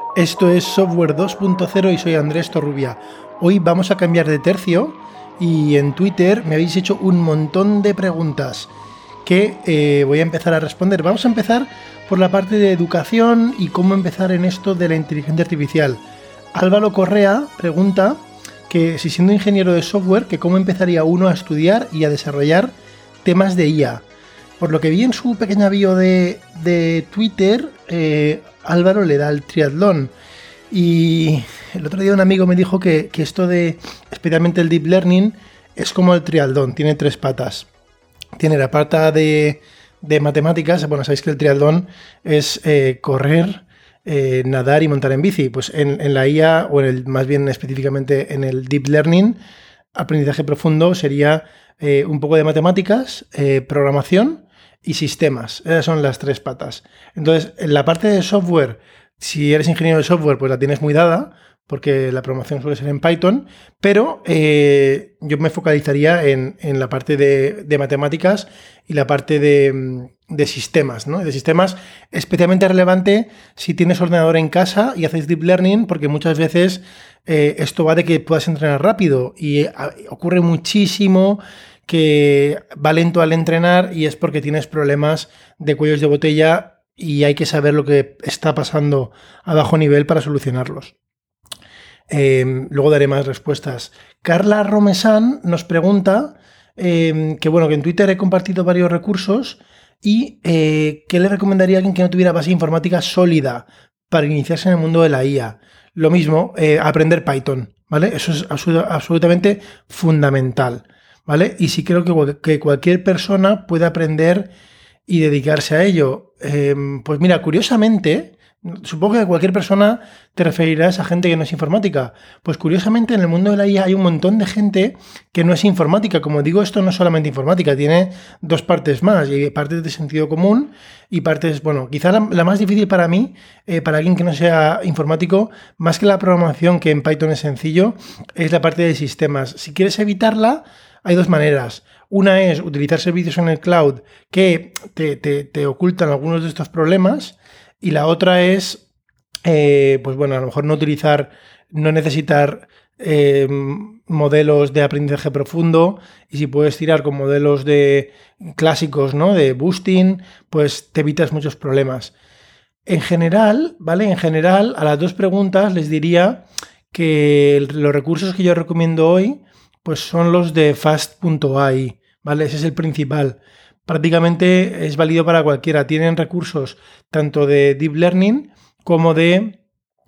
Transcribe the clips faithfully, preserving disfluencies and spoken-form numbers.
Esto es Software dos punto cero y soy Andrés Torrubia. Hoy vamos a cambiar de tercio y en Twitter me habéis hecho un montón de preguntas que eh, voy a empezar a responder. Vamos a empezar por la parte de educación y cómo empezar en esto de la inteligencia artificial. Álvaro Correa pregunta que si siendo ingeniero de software, que cómo empezaría uno a estudiar y a desarrollar temas de I A. Por lo que vi en su pequeña bio de, de Twitter, eh, Álvaro le da al triatlón. Y el otro día un amigo me dijo que, que esto de, especialmente el deep learning, es como el triatlón, tiene tres patas. Tiene la pata de, de matemáticas. Bueno, sabéis que el triatlón es eh, correr, eh, nadar y montar en bici. Pues en, en la I A, o en el, más bien específicamente en el deep learning, aprendizaje profundo sería eh, un poco de matemáticas, eh, programación y sistemas. Esas son las tres patas. Entonces, en la parte de software, si eres ingeniero de software, pues la tienes muy dada, porque la programación suele ser en Python, pero eh, yo me focalizaría en, en la parte de, de matemáticas y la parte de, de sistemas, ¿no? De sistemas especialmente relevante si tienes ordenador en casa y haces deep learning, porque muchas veces eh, esto va de que puedas entrenar rápido y a, ocurre muchísimo que va lento al entrenar y es porque tienes problemas de cuellos de botella y hay que saber lo que está pasando a bajo nivel para solucionarlos. Eh, luego daré más respuestas. Carla Romesan nos pregunta eh, que bueno, que en Twitter he compartido varios recursos y eh, ¿qué le recomendaría a alguien que no tuviera base informática sólida para iniciarse en el mundo de la I A? Lo mismo, eh, aprender Python, ¿vale? Eso es absolut- absolutamente fundamental, ¿vale? Y sí creo que, que cualquier persona puede aprender y dedicarse a ello. Eh, pues mira, curiosamente, supongo que cualquier persona te referirás a gente que no es informática. Pues curiosamente en el mundo de la I A hay un montón de gente que no es informática. Como digo, esto no es solamente informática, tiene dos partes más, y partes de sentido común y partes, bueno, quizá la, la más difícil para mí, eh, para alguien que no sea informático, más que la programación, que en Python es sencillo, es la parte de sistemas. Si quieres evitarla, hay dos maneras. Una es utilizar servicios en el cloud que te, te, te ocultan algunos de estos problemas, y la otra es, eh, pues bueno, a lo mejor no utilizar, no necesitar eh, modelos de aprendizaje profundo, y si puedes tirar con modelos de clásicos, ¿no? De boosting, pues te evitas muchos problemas. En general, ¿vale? En general, a las dos preguntas les diría que los recursos que yo recomiendo hoy pues son los de fast punto a i, ¿vale? Ese es el principal. Prácticamente es válido para cualquiera. Tienen recursos tanto de deep learning como de,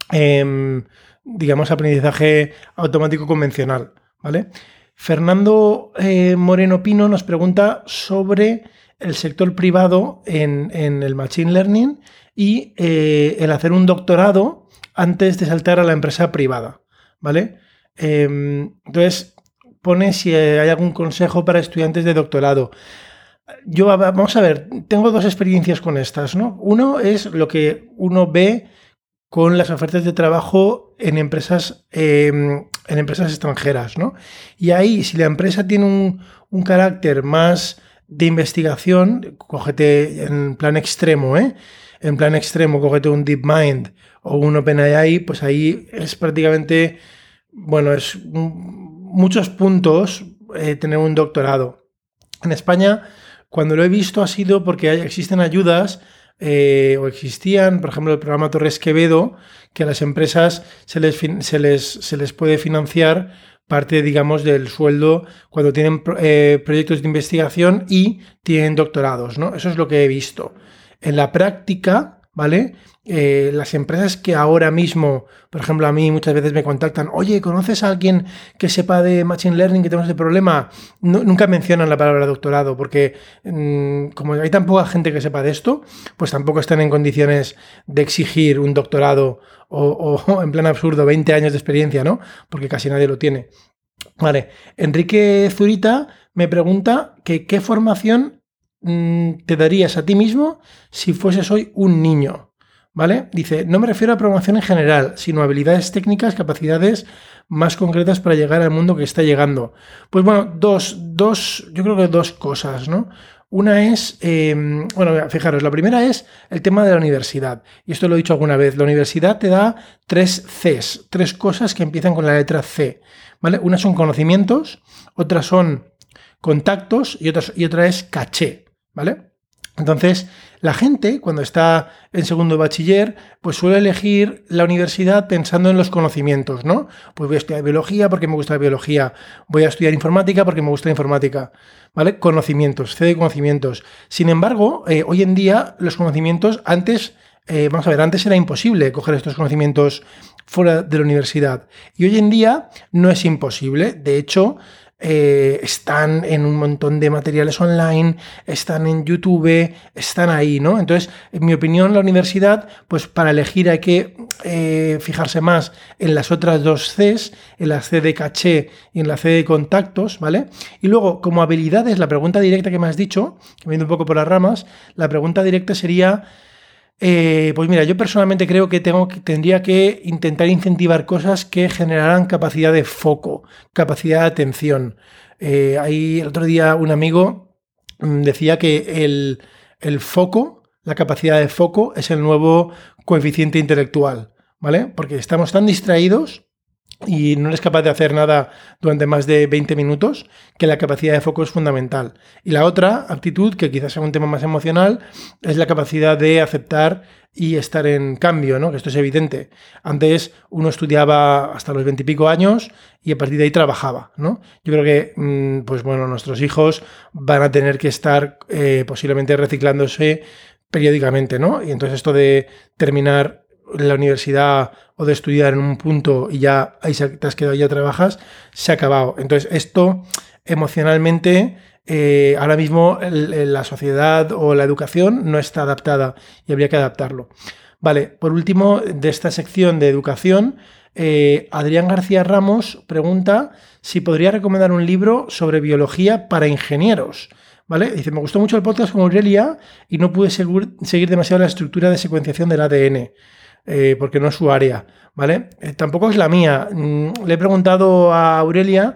eh, digamos, aprendizaje automático convencional, ¿vale? Fernando eh, Moreno Pino nos pregunta sobre el sector privado en, en el machine learning y eh, el hacer un doctorado antes de saltar a la empresa privada, ¿vale? Eh, entonces, pone si hay algún consejo para estudiantes de doctorado. Yo, vamos a ver, tengo dos experiencias con estas, ¿no? Uno es lo que uno ve con las ofertas de trabajo en empresas, eh, en empresas extranjeras, ¿no? Y ahí, si la empresa tiene un, un carácter más de investigación, cógete en plan extremo, ¿eh? En plan extremo, cógete un DeepMind o un OpenAI, pues ahí es prácticamente, bueno, es un, muchos puntos eh, tener un doctorado. En España, cuando lo he visto ha sido porque hay, existen ayudas eh, o existían, por ejemplo, el programa Torres Quevedo, que a las empresas se les, se les, se les puede financiar parte, digamos, del sueldo cuando tienen eh, proyectos de investigación y tienen doctorados, ¿no? Eso es lo que he visto. En la práctica, ¿vale? Eh, las empresas que ahora mismo, por ejemplo, a mí muchas veces me contactan, oye, ¿conoces a alguien que sepa de Machine Learning, que tenemos este problema? No, nunca mencionan la palabra doctorado, porque mmm, como hay tan poca gente que sepa de esto, pues tampoco están en condiciones de exigir un doctorado o, o en plan absurdo, veinte años de experiencia, ¿no? Porque casi nadie lo tiene. Vale, Enrique Zurita me pregunta que qué formación mmm, te darías a ti mismo si fueses hoy un niño. ¿Vale? Dice, no me refiero a programación en general, sino a habilidades técnicas, capacidades más concretas para llegar al mundo que está llegando. Pues bueno, dos, dos, yo creo que dos cosas, ¿no? Una es, eh, bueno, fijaros, la primera es el tema de la universidad. Y esto lo he dicho alguna vez. La universidad te da tres Cs, tres cosas que empiezan con la letra C, ¿vale? Una son conocimientos, otras son contactos y, otras, y otra es caché, ¿vale? Entonces, la gente, cuando está en segundo de bachiller, pues suele elegir la universidad pensando en los conocimientos, ¿no? Pues voy a estudiar biología porque me gusta la biología, voy a estudiar informática porque me gusta la informática, ¿vale? Conocimientos, C de conocimientos. Sin embargo, eh, hoy en día los conocimientos, antes, eh, vamos a ver, antes era imposible coger estos conocimientos fuera de la universidad. Y hoy en día no es imposible. De hecho, Eh, están en un montón de materiales online, están en YouTube, están ahí, ¿no? Entonces, en mi opinión, la universidad, pues para elegir hay que eh, fijarse más en las otras dos Cs, en la C de caché y en la C de contactos, ¿vale? Y luego, como habilidades, la pregunta directa que me has dicho, que me he ido un poco por las ramas, la pregunta directa sería... Eh, pues mira, yo personalmente creo que, tengo, que tendría que intentar incentivar cosas que generaran capacidad de foco, capacidad de atención. Eh, ahí el otro día un amigo mmm, decía que el, el foco, la capacidad de foco, es el nuevo coeficiente intelectual, ¿vale? Porque estamos tan distraídos y no eres capaz de hacer nada durante más de veinte minutos, que la capacidad de foco es fundamental. Y la otra aptitud, que quizás sea un tema más emocional, es la capacidad de aceptar y estar en cambio, ¿no? Que esto es evidente. Antes uno estudiaba hasta los veintipico años y a partir de ahí trabajaba, ¿no? Yo creo que, pues bueno, nuestros hijos van a tener que estar eh, posiblemente reciclándose periódicamente, ¿no? Y entonces esto de terminar la universidad o de estudiar en un punto y ya ahí te has quedado y ya trabajas, se ha acabado. Entonces esto emocionalmente eh, ahora mismo el, el, la sociedad o la educación no está adaptada y habría que adaptarlo. Vale, por último, de esta sección de educación, eh, Adrián García Ramos pregunta si podría recomendar un libro sobre biología para ingenieros. ¿Vale? Dice, me gustó mucho el podcast con Aurelia y no pude seguir, seguir demasiado la estructura de secuenciación del A D N. Eh, porque no es su área, ¿vale? Eh, tampoco es la mía. Mm, le he preguntado a Aurelia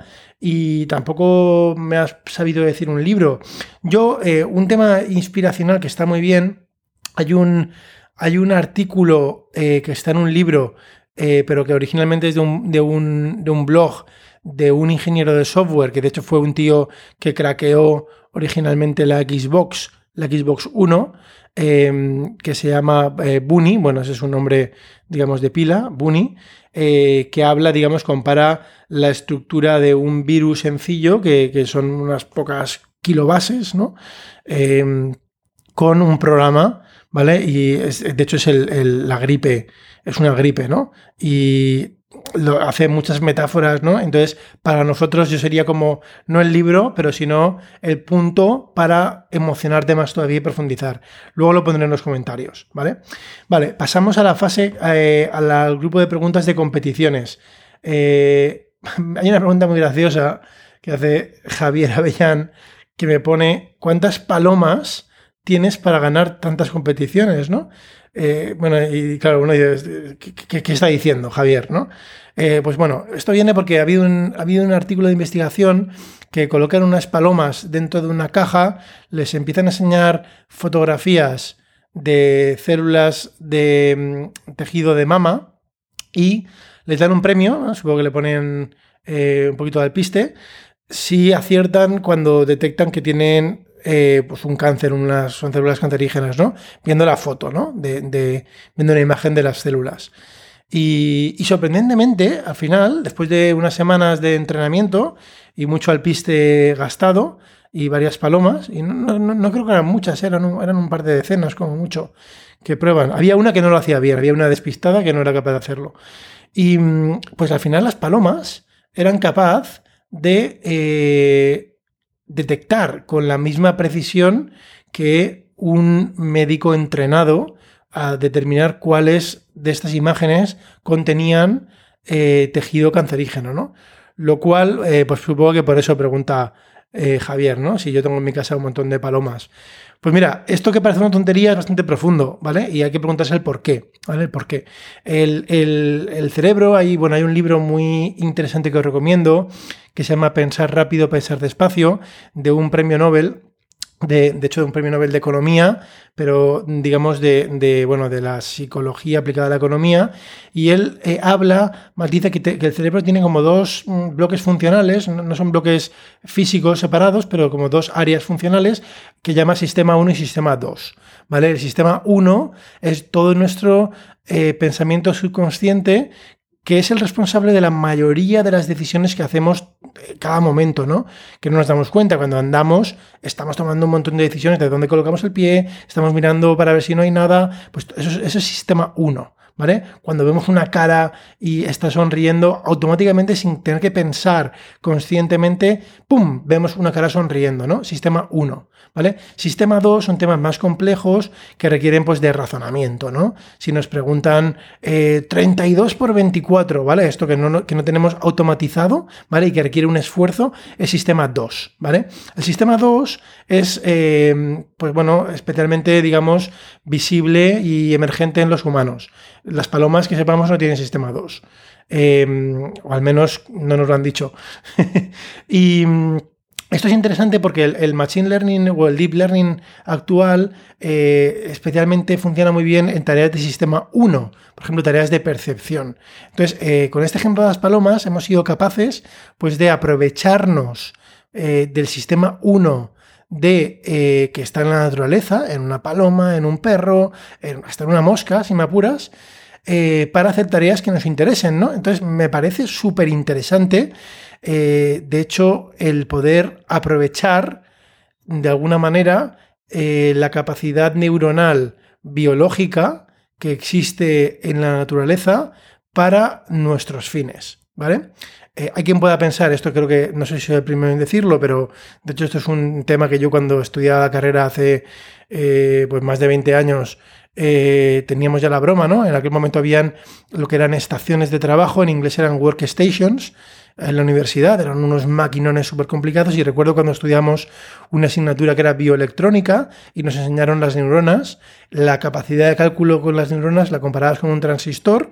y tampoco me ha sabido decir un libro. Yo, eh, un tema inspiracional que está muy bien, hay un, hay un artículo eh, que está en un libro, eh, pero que originalmente es de un, de, un, de un blog de un ingeniero de software, que de hecho fue un tío que craqueó originalmente la Xbox, la Xbox One, eh, que se llama eh, Bunny, bueno, ese es un nombre, digamos, de pila, Bunny, eh, que habla, digamos, compara la estructura de un virus sencillo, que, que son unas pocas kilobases, ¿no? Eh, con un programa, ¿vale? Y es, de hecho es el, el, la gripe, es una gripe, ¿no? Y lo, hace muchas metáforas, ¿no? Entonces, para nosotros yo sería como, no el libro, pero sino el punto para emocionarte más todavía y profundizar. Luego lo pondré en los comentarios, ¿vale? Vale, pasamos a la fase, eh, al, al grupo de preguntas de competiciones. Eh, hay una pregunta muy graciosa que hace Javier Avellán, que me pone, ¿cuántas palomas tienes para ganar tantas competiciones, ¿no? Eh, bueno, y claro, uno dice, ¿qué, qué, qué está diciendo Javier, no? Eh, pues bueno, esto viene porque ha habido, un, ha habido un artículo de investigación que colocan unas palomas dentro de una caja, les empiezan a enseñar fotografías de células de mm, tejido de mama y les dan un premio, ¿no? Supongo que le ponen eh, un poquito de alpiste, si aciertan cuando detectan que tienen Eh, pues un cáncer, unas son células cancerígenas, ¿no? Viendo la foto, ¿no? De, de, viendo una imagen de las células. Y, y sorprendentemente, al final, después de unas semanas de entrenamiento y mucho alpiste gastado y varias palomas, y no, no, no creo que eran muchas, eran un, eran un par de decenas como mucho, que prueban. Había una que no lo hacía bien, había una despistada que no era capaz de hacerlo. Y pues al final las palomas eran capaz de... Eh, detectar con la misma precisión que un médico entrenado a determinar cuáles de estas imágenes contenían eh, tejido cancerígeno, ¿no? Lo cual, eh, pues supongo que por eso pregunta eh, Javier, ¿no? Si yo tengo en mi casa un montón de palomas. Pues mira, esto que parece una tontería es bastante profundo, ¿vale? Y hay que preguntarse el por qué, ¿vale? El por qué. El, el, el cerebro, hay, bueno, hay un libro muy interesante que os recomiendo, que se llama Pensar rápido, pensar despacio, de un premio Nobel de, de hecho, de un premio Nobel de Economía, pero digamos de, de, bueno, de la psicología aplicada a la economía, y él eh, habla, dice que, te, que el cerebro tiene como dos mm, bloques funcionales, no, no son bloques físicos separados, pero como dos áreas funcionales que llama sistema uno y sistema dos, ¿vale? El sistema uno es todo nuestro eh, pensamiento subconsciente, que es el responsable de la mayoría de las decisiones que hacemos cada momento, ¿no? Que no nos damos cuenta. Cuando andamos, estamos tomando un montón de decisiones de dónde colocamos el pie, estamos mirando para ver si no hay nada. Pues eso, eso es sistema uno, ¿vale? Cuando vemos una cara y está sonriendo, automáticamente, sin tener que pensar conscientemente, ¡pum!, vemos una cara sonriendo, ¿no? Sistema uno, ¿vale? Sistema dos son temas más complejos que requieren, pues, de razonamiento, ¿no? Si nos preguntan eh, treinta y dos por veinticuatro, ¿vale? Esto que no, que no tenemos automatizado, ¿vale? Y que requiere un esfuerzo, es sistema dos, ¿vale? El sistema dos es, eh, pues bueno, especialmente, digamos, visible y emergente en los humanos. Las palomas, que sepamos, no tienen sistema dos. Eh, o al menos no nos lo han dicho. Y esto es interesante porque el, el Machine Learning o el Deep Learning actual eh, especialmente funciona muy bien en tareas de sistema uno, por ejemplo, tareas de percepción. Entonces, eh, con este ejemplo de las palomas hemos sido capaces, pues, de aprovecharnos eh, del sistema uno de eh, que está en la naturaleza, en una paloma, en un perro, en, hasta en una mosca, si me apuras, eh, para hacer tareas que nos interesen, ¿no? Entonces, me parece súper interesante, eh, de hecho, el poder aprovechar de alguna manera eh, la capacidad neuronal biológica que existe en la naturaleza para nuestros fines, ¿vale? Eh, hay quien pueda pensar, esto creo que, no sé si soy el primero en decirlo, pero de hecho esto es un tema que yo cuando estudiaba la carrera hace eh, pues más de veinte años, eh, teníamos ya la broma, ¿no? En aquel momento habían lo que eran estaciones de trabajo, en inglés eran workstations, en la universidad, eran unos maquinones súper complicados, y recuerdo cuando estudiamos una asignatura que era bioelectrónica y nos enseñaron las neuronas, la capacidad de cálculo con las neuronas la comparabas con un transistor.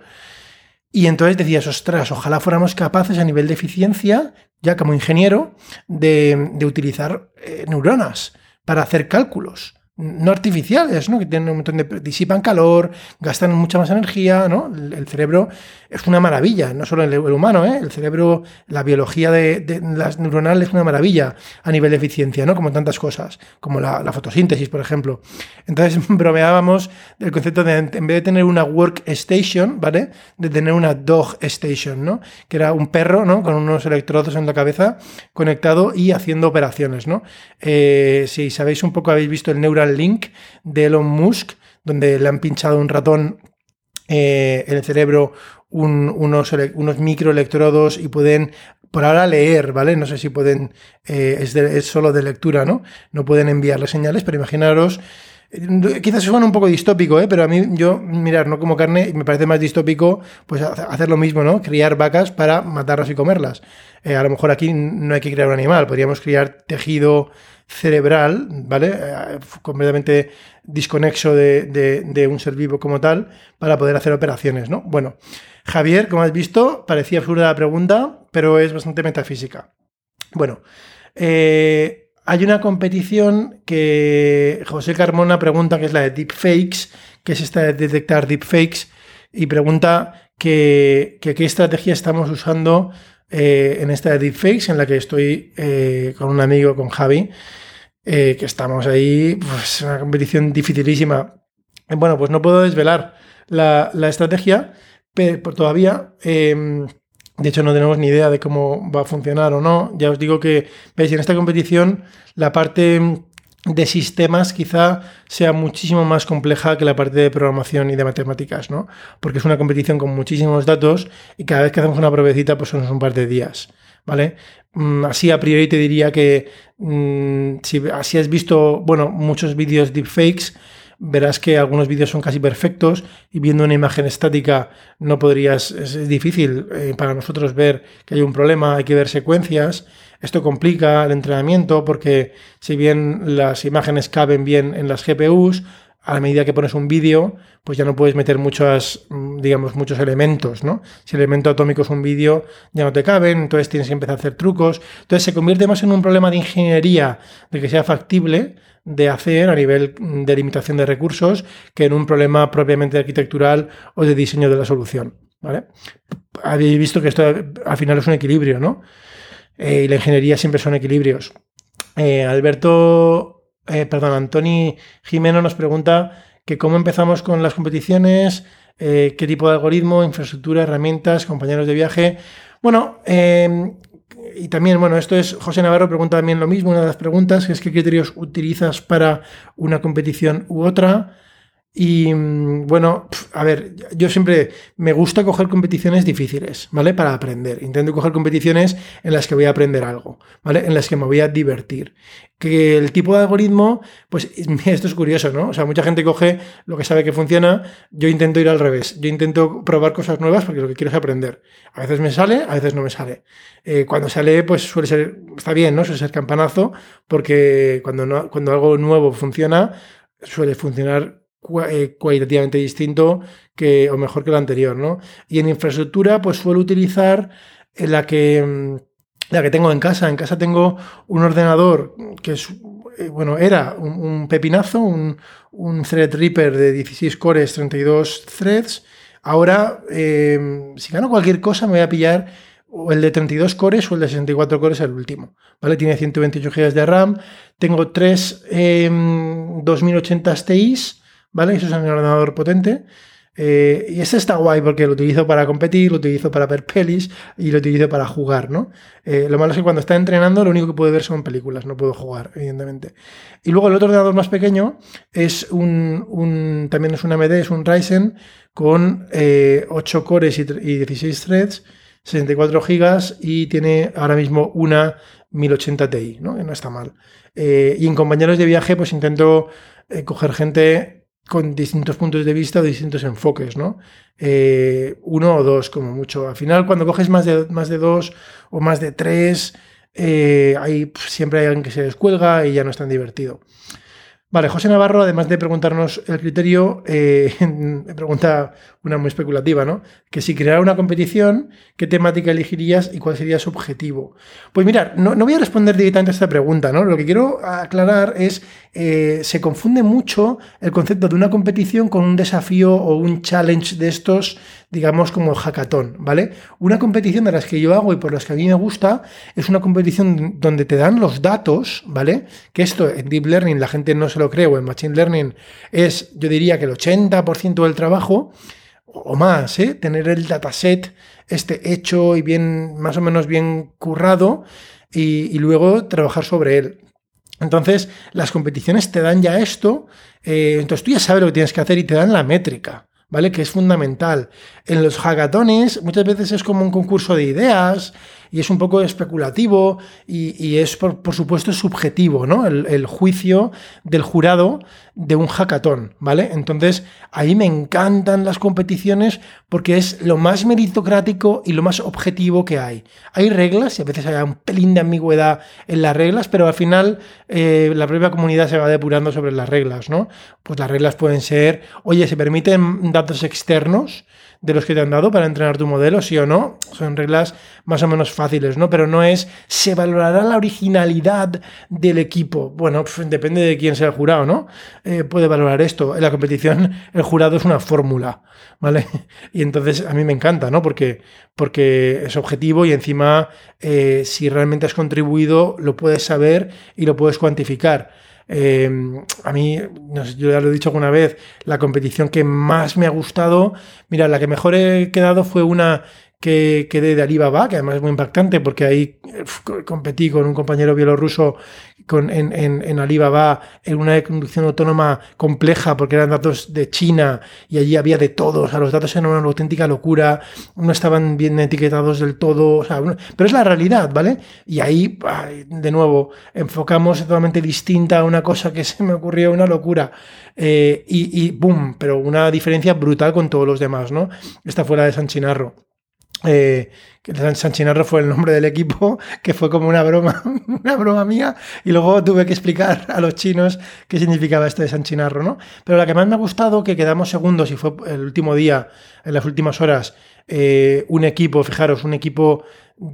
Y entonces decías, ostras, ojalá fuéramos capaces a nivel de eficiencia, ya como ingeniero, de, de utilizar eh, neuronas para hacer cálculos no artificiales, ¿no? Que tienen un montón de... disipan calor, gastan mucha más energía, ¿no? El, el cerebro es una maravilla, no solo el, el humano, ¿eh? El cerebro, la biología de, de las neuronales es una maravilla a nivel de eficiencia, ¿no? Como tantas cosas, como la, la fotosíntesis, por ejemplo. Entonces bromeábamos del concepto de, en vez de tener una workstation, ¿vale? De tener una dog station, ¿no? Que era un perro, ¿no? Con unos electrodos en la cabeza conectado y haciendo operaciones, ¿no? Eh, si sabéis un poco, habéis visto el Neural Link de Elon Musk, donde le han pinchado un ratón eh, en el cerebro un, unos, unos microelectrodos y pueden por ahora leer, ¿vale? No sé si pueden, eh, es, de, es solo de lectura, ¿no? No pueden enviarle señales, pero imaginaros, eh, quizás suena un poco distópico, ¿eh? Pero a mí, yo, mirar, no como carne, me parece más distópico pues hacer lo mismo, ¿no? Criar vacas para matarlas y comerlas. Eh, a lo mejor aquí no hay que criar un animal, podríamos criar tejido cerebral, ¿vale? Eh, completamente desconexo de, de, de un ser vivo como tal, para poder hacer operaciones, ¿no? Bueno, Javier, como has visto, parecía absurda la pregunta, pero es bastante metafísica. Bueno, eh, hay una competición que José Carmona pregunta, que es la de deepfakes, que es esta de detectar deepfakes, y pregunta que, que qué estrategia estamos usando Eh, en esta de deepfakes, en la que estoy eh, con un amigo, con Javi, eh, que estamos ahí, pues una competición dificilísima. Bueno, pues no puedo desvelar la, la estrategia, pero todavía, eh, de hecho no tenemos ni idea de cómo va a funcionar o no. Ya os digo que, veis, en esta competición la parte de sistemas quizá sea muchísimo más compleja que la parte de programación y de matemáticas, ¿no? Porque es una competición con muchísimos datos y cada vez que hacemos una pruebecita pues son un par de días, ¿vale? Mm, así a priori te diría que mm, si así has visto, bueno, muchos vídeos deepfakes, verás que algunos vídeos son casi perfectos y viendo una imagen estática no podrías, es difícil eh, para nosotros ver que hay un problema, hay que ver secuencias. Esto complica el entrenamiento porque si bien las imágenes caben bien en las G P Us, a la medida que pones un vídeo, pues ya no puedes meter muchos, digamos, muchos elementos, ¿no? Si el elemento atómico es un vídeo, ya no te caben, entonces tienes que empezar a hacer trucos. Entonces se convierte más en un problema de ingeniería, de que sea factible, de hacer a nivel de limitación de recursos que en un problema propiamente arquitectural o de diseño de la solución, ¿vale? Habéis visto que esto al final es un equilibrio, ¿no? Eh, y la ingeniería siempre son equilibrios. Eh, Alberto, eh, perdón, Antoni Jimeno nos pregunta que cómo empezamos con las competiciones, eh, qué tipo de algoritmo, infraestructura, herramientas, compañeros de viaje. Bueno, eh, y también, bueno, esto es, José Navarro pregunta también lo mismo, una de las preguntas, que es qué criterios utilizas para una competición u otra. Y bueno, a ver, yo siempre me gusta coger competiciones difíciles, ¿vale? Para aprender. Intento coger competiciones en las que voy a aprender algo, ¿vale? En las que me voy a divertir. Que el tipo de algoritmo, pues esto es curioso, ¿no? O sea, mucha gente coge lo que sabe que funciona, yo intento ir al revés. Yo intento probar cosas nuevas porque lo que quiero es aprender. A veces me sale, a veces no me sale. Eh, cuando sale, pues suele ser, está bien, ¿no? Suele ser campanazo porque cuando, no, cuando algo nuevo funciona, suele funcionar cualitativamente distinto que, o mejor que lo anterior, ¿no? Y en infraestructura, pues suelo utilizar la que, la que tengo en casa. En casa tengo un ordenador que es, bueno, era un, un pepinazo, un, un Threadripper de dieciséis cores, treinta y dos threads. Ahora, eh, si gano cualquier cosa, me voy a pillar o el de treinta y dos cores o el de sesenta y cuatro cores, el último, ¿vale? Tiene ciento veintiocho gigas de RAM. Tengo tres eh, dos mil ochenta Ti's, ¿vale? Eso es un ordenador potente. Eh, y ese está guay porque lo utilizo para competir, lo utilizo para ver pelis y lo utilizo para jugar, ¿no? Eh, lo malo es que cuando está entrenando lo único que puedo ver son películas, no puedo jugar, evidentemente. Y luego el otro ordenador más pequeño es un, un también es un A M D, es un Ryzen con eh, ocho cores y, y dieciséis threads, sesenta y cuatro gigas y tiene ahora mismo una mil ochenta Ti, ¿no? Que no está mal. Eh, y en compañeros de viaje pues intento eh, coger gente con distintos puntos de vista o distintos enfoques, ¿no? Eh, uno o dos, como mucho. Al final, cuando coges más de, más de dos o más de tres, eh, hay, siempre hay alguien que se descuelga y ya no es tan divertido. Vale, José Navarro, además de preguntarnos el criterio, eh, me pregunta una muy especulativa, ¿no? Que si creara una competición, ¿qué temática elegirías y cuál sería su objetivo? Pues mirad, no, no voy a responder directamente a esta pregunta, ¿no? Lo que quiero aclarar es, eh, se confunde mucho el concepto de una competición con un desafío o un challenge de estos, digamos, como el hackathon, ¿vale? Una competición de las que yo hago y por las que a mí me gusta es una competición donde te dan los datos, ¿vale? Que esto en Deep Learning la gente no se lo cree, o en Machine Learning es, yo diría que el ochenta por ciento del trabajo, o más, ¿eh? Tener el dataset este hecho y bien, más o menos bien currado y, y luego trabajar sobre él. Entonces, las competiciones te dan ya esto, eh, entonces tú ya sabes lo que tienes que hacer y te dan la métrica, ¿vale? Que es fundamental. En los hackatones muchas veces es como un concurso de ideas y es un poco especulativo y, y es, por, por supuesto, subjetivo, ¿no? El, el juicio del jurado de un hackatón, ¿vale? Entonces, ahí me encantan las competiciones porque es lo más meritocrático y lo más objetivo que hay. Hay reglas y a veces hay un pelín de ambigüedad en las reglas, pero al final eh, la propia comunidad se va depurando sobre las reglas, ¿no? Pues las reglas pueden ser, oye, ¿se permiten datos externos de los que te han dado para entrenar tu modelo, sí o no? Son reglas más o menos fáciles, ¿no? Pero no es, ¿se valorará la originalidad del equipo? Bueno, pf, depende de quién sea el jurado, ¿no? Eh, puede valorar esto. En la competición el jurado es una fórmula, ¿vale? Y entonces a mí me encanta, ¿no? Porque, porque es objetivo y encima eh, si realmente has contribuido lo puedes saber y lo puedes cuantificar. Eh, a mí, no sé, yo ya lo he dicho alguna vez, la competición que más me ha gustado, mira, la que mejor he quedado fue una que quedé de Alibaba, que además es muy impactante porque ahí competí con un compañero bielorruso con, en, en, en Alibaba en una conducción autónoma compleja porque eran datos de China y allí había de todo, o sea, los datos eran una auténtica locura, no estaban bien etiquetados del todo, o sea, pero es la realidad, ¿vale? Y ahí, de nuevo, enfocamos totalmente distinta a una cosa que se me ocurrió, una locura, eh, y, y boom, pero una diferencia brutal con todos los demás, ¿no? Esta fue la de San Chinarro. Eh, que San Chinarro fue el nombre del equipo, que fue como una broma, una broma mía, y luego tuve que explicar a los chinos qué significaba esto de San Chinarro, ¿no? Pero la que más me ha gustado, que quedamos segundos y fue el último día, en las últimas horas, eh, un equipo, fijaros, un equipo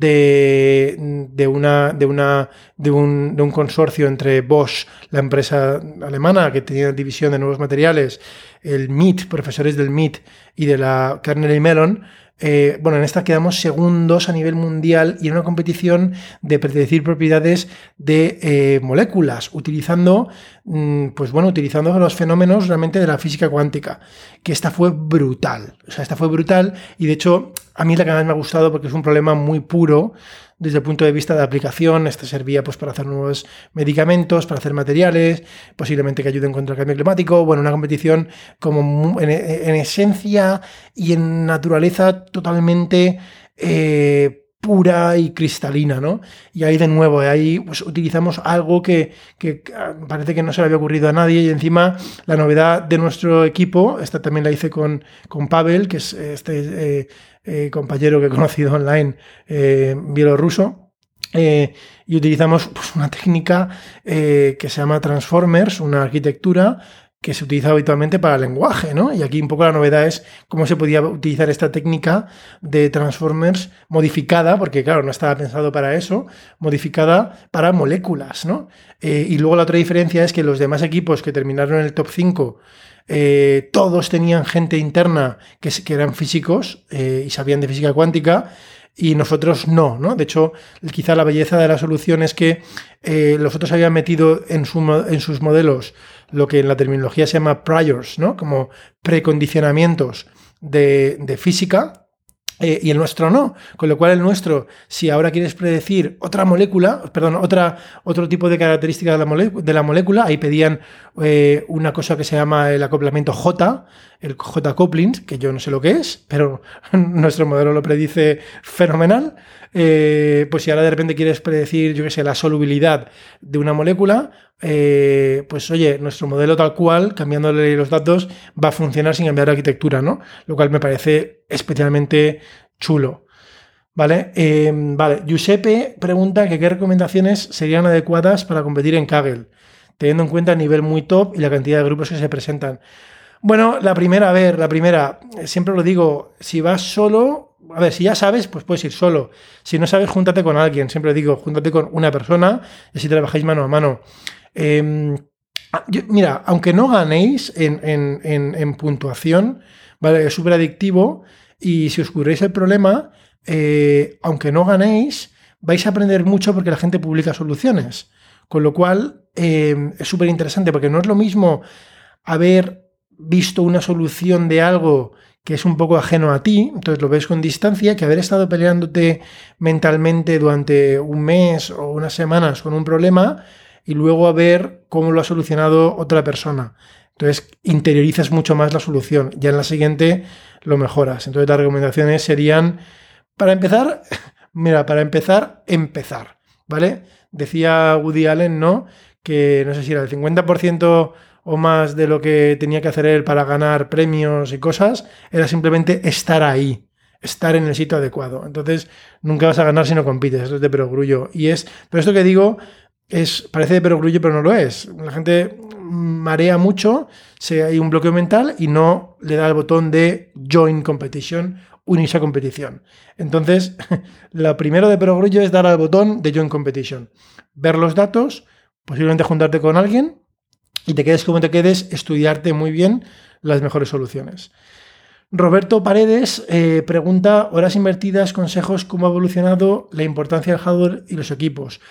de, de, una, de, una, de, un, de un consorcio entre Bosch, la empresa alemana que tenía división de nuevos materiales, el M I T, profesores del M I T y de la Carnegie Mellon. Eh, bueno, en esta quedamos segundos a nivel mundial y en una competición de predecir propiedades de eh, moléculas, utilizando, mmm, pues bueno, utilizando los fenómenos realmente de la física cuántica, que esta fue brutal, o sea, esta fue brutal y de hecho a mí es la que más me ha gustado porque es un problema muy puro desde el punto de vista de aplicación. Este servía pues para hacer nuevos medicamentos, para hacer materiales, posiblemente que ayuden contra el cambio climático. Bueno, una competición como en, en esencia y en naturaleza totalmente eh, pura y cristalina, ¿no? Y ahí de nuevo, ahí pues, utilizamos algo que, que parece que no se le había ocurrido a nadie y encima la novedad de nuestro equipo, esta también la hice con, con Pavel, que es este... Eh, Eh, compañero que he conocido online, eh, bielorruso, eh, y utilizamos pues, una técnica eh, que se llama Transformers, una arquitectura que se utiliza habitualmente para el lenguaje, ¿no? Y aquí un poco la novedad es cómo se podía utilizar esta técnica de Transformers modificada, porque claro, no estaba pensado para eso, modificada para moléculas, ¿no? Eh, y luego la otra diferencia es que los demás equipos que terminaron en el top cinco Eh, todos tenían gente interna que, que eran físicos eh, y sabían de física cuántica y nosotros no, ¿no? De hecho, quizá la belleza de la solución es que eh, los otros habían metido en, su, en sus modelos lo que en la terminología se llama priors, ¿no? Como precondicionamientos de, de física. Eh, y el nuestro no, con lo cual el nuestro, si ahora quieres predecir otra molécula, perdón, otra, otro tipo de características de la, mole, de la molécula, ahí pedían eh, una cosa que se llama el acoplamiento J, el J-coupling, que yo no sé lo que es, pero nuestro modelo lo predice fenomenal. Eh, pues si ahora de repente quieres predecir, yo qué sé, la solubilidad de una molécula, eh, pues oye, nuestro modelo tal cual, cambiándole los datos, va a funcionar sin cambiar la arquitectura, ¿no? Lo cual me parece especialmente chulo. Vale, eh, vale. Giuseppe pregunta que qué recomendaciones serían adecuadas para competir en Kaggle, teniendo en cuenta el nivel muy top y la cantidad de grupos que se presentan. Bueno, la primera, a ver, la primera, siempre lo digo, si vas solo... A ver, si ya sabes, pues puedes ir solo. Si no sabes, júntate con alguien. Siempre digo, júntate con una persona y así trabajáis mano a mano. Eh, yo, mira, aunque no ganéis en, en, en, en puntuación, ¿vale? Es súper adictivo y si os ocurréis el problema, eh, aunque no ganéis, vais a aprender mucho porque la gente publica soluciones. Con lo cual, eh, es súper interesante porque no es lo mismo haber visto una solución de algo que es un poco ajeno a ti, entonces lo ves con distancia, que haber estado peleándote mentalmente durante un mes o unas semanas con un problema y luego a ver cómo lo ha solucionado otra persona. Entonces interiorizas mucho más la solución. Ya en la siguiente lo mejoras. Entonces las recomendaciones serían, para empezar, mira, para empezar, empezar, ¿vale? Decía Woody Allen, ¿no? Que no sé si era el cincuenta por ciento o más de lo que tenía que hacer él para ganar premios y cosas, era simplemente estar ahí, estar en el sitio adecuado. Entonces, nunca vas a ganar si no compites, eso es de perogrullo. Y es, pero esto que digo, es, parece de perogrullo, pero no lo es. La gente marea mucho, se, hay un bloqueo mental y no le da el botón de Join Competition, unirse a competición. Entonces, lo primero de perogrullo es dar al botón de Join Competition. Ver los datos, posiblemente juntarte con alguien, y te quedes como te quedes, estudiarte muy bien las mejores soluciones. Roberto Paredes eh, pregunta, horas invertidas, consejos, cómo ha evolucionado la importancia del hardware y los equipos.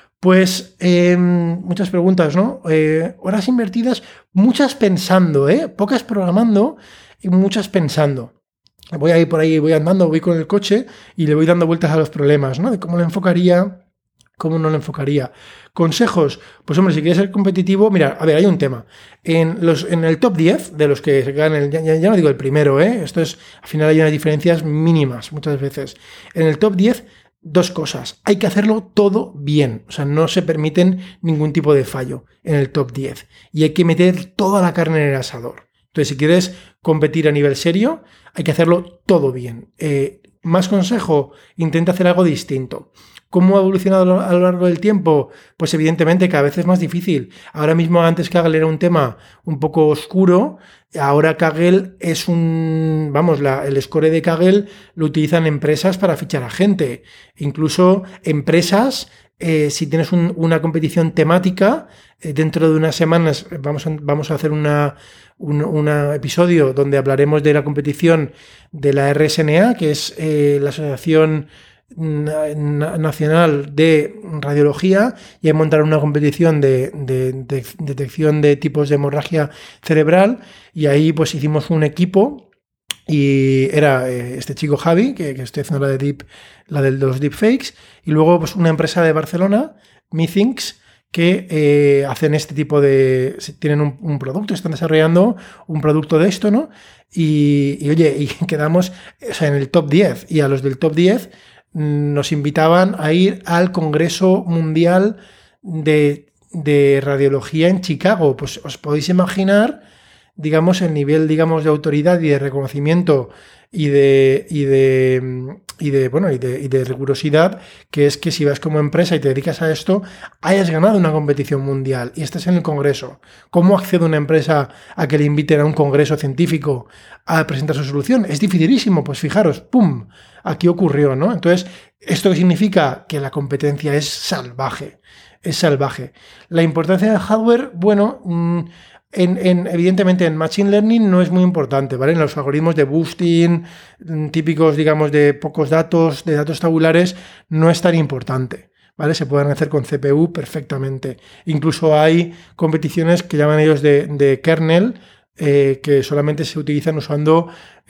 Pues eh, muchas preguntas, ¿no? Eh, horas invertidas, muchas pensando, ¿eh? Pocas programando y muchas pensando. Voy ahí por ahí, voy andando, voy con el coche y le voy dando vueltas a los problemas, ¿no? De cómo lo enfocaría, cómo no lo enfocaría. Consejos, pues hombre, si quieres ser competitivo, mira, a ver, hay un tema. En, los, en el top diez de los que se quedan, ya, ya no digo el primero, ¿eh? Esto es, al final hay unas diferencias mínimas muchas veces. En el top diez, dos cosas. Hay que hacerlo todo bien, o sea, no se permiten ningún tipo de fallo en el top diez. Y hay que meter toda la carne en el asador. Entonces, si quieres competir a nivel serio, hay que hacerlo todo bien. Eh, Más consejo, intenta hacer algo distinto. ¿Cómo ha evolucionado a lo largo del tiempo? Pues evidentemente cada vez es más difícil. Ahora mismo antes Kaggle era un tema un poco oscuro, ahora Kaggle es un... Vamos, la, el score de Kaggle lo utilizan empresas para fichar a gente. Incluso empresas, eh, si tienes un, una competición temática, eh, dentro de unas semanas vamos a, vamos a hacer una, un una episodio donde hablaremos de la competición de la R S N A, que es eh, la Asociación Nacional de Radiología, y a montar una competición de, de, de detección de tipos de hemorragia cerebral, y ahí pues hicimos un equipo y era eh, este chico Javi, que, que estoy haciendo la de deep, la de los deepfakes, y luego pues una empresa de Barcelona, Methinks, que eh, hacen este tipo de... tienen un, un producto, están desarrollando un producto de esto, ¿no? Y, y oye, y quedamos, o sea, en el top diez, y a los del top diez nos invitaban a ir al Congreso Mundial de, de Radiología en Chicago. Pues os podéis imaginar, digamos, el nivel, digamos, de autoridad y de reconocimiento y de, y de, y de bueno, y de, y de rigurosidad, que es que si vas como empresa y te dedicas a esto, hayas ganado una competición mundial y estás en el Congreso. ¿Cómo accede una empresa a que le inviten a un congreso científico a presentar su solución? Es dificilísimo. Pues fijaros, ¡pum!, aquí ocurrió, ¿no? Entonces, ¿esto qué significa? Que la competencia es salvaje, es salvaje. La importancia del hardware, bueno, en, en, evidentemente en Machine Learning no es muy importante, ¿vale? En los algoritmos de boosting, típicos, digamos, de pocos datos, de datos tabulares, no es tan importante, ¿vale? Se pueden hacer con C P U perfectamente. Incluso hay competiciones que llaman ellos de, de kernel, Eh, que solamente se utilizan usando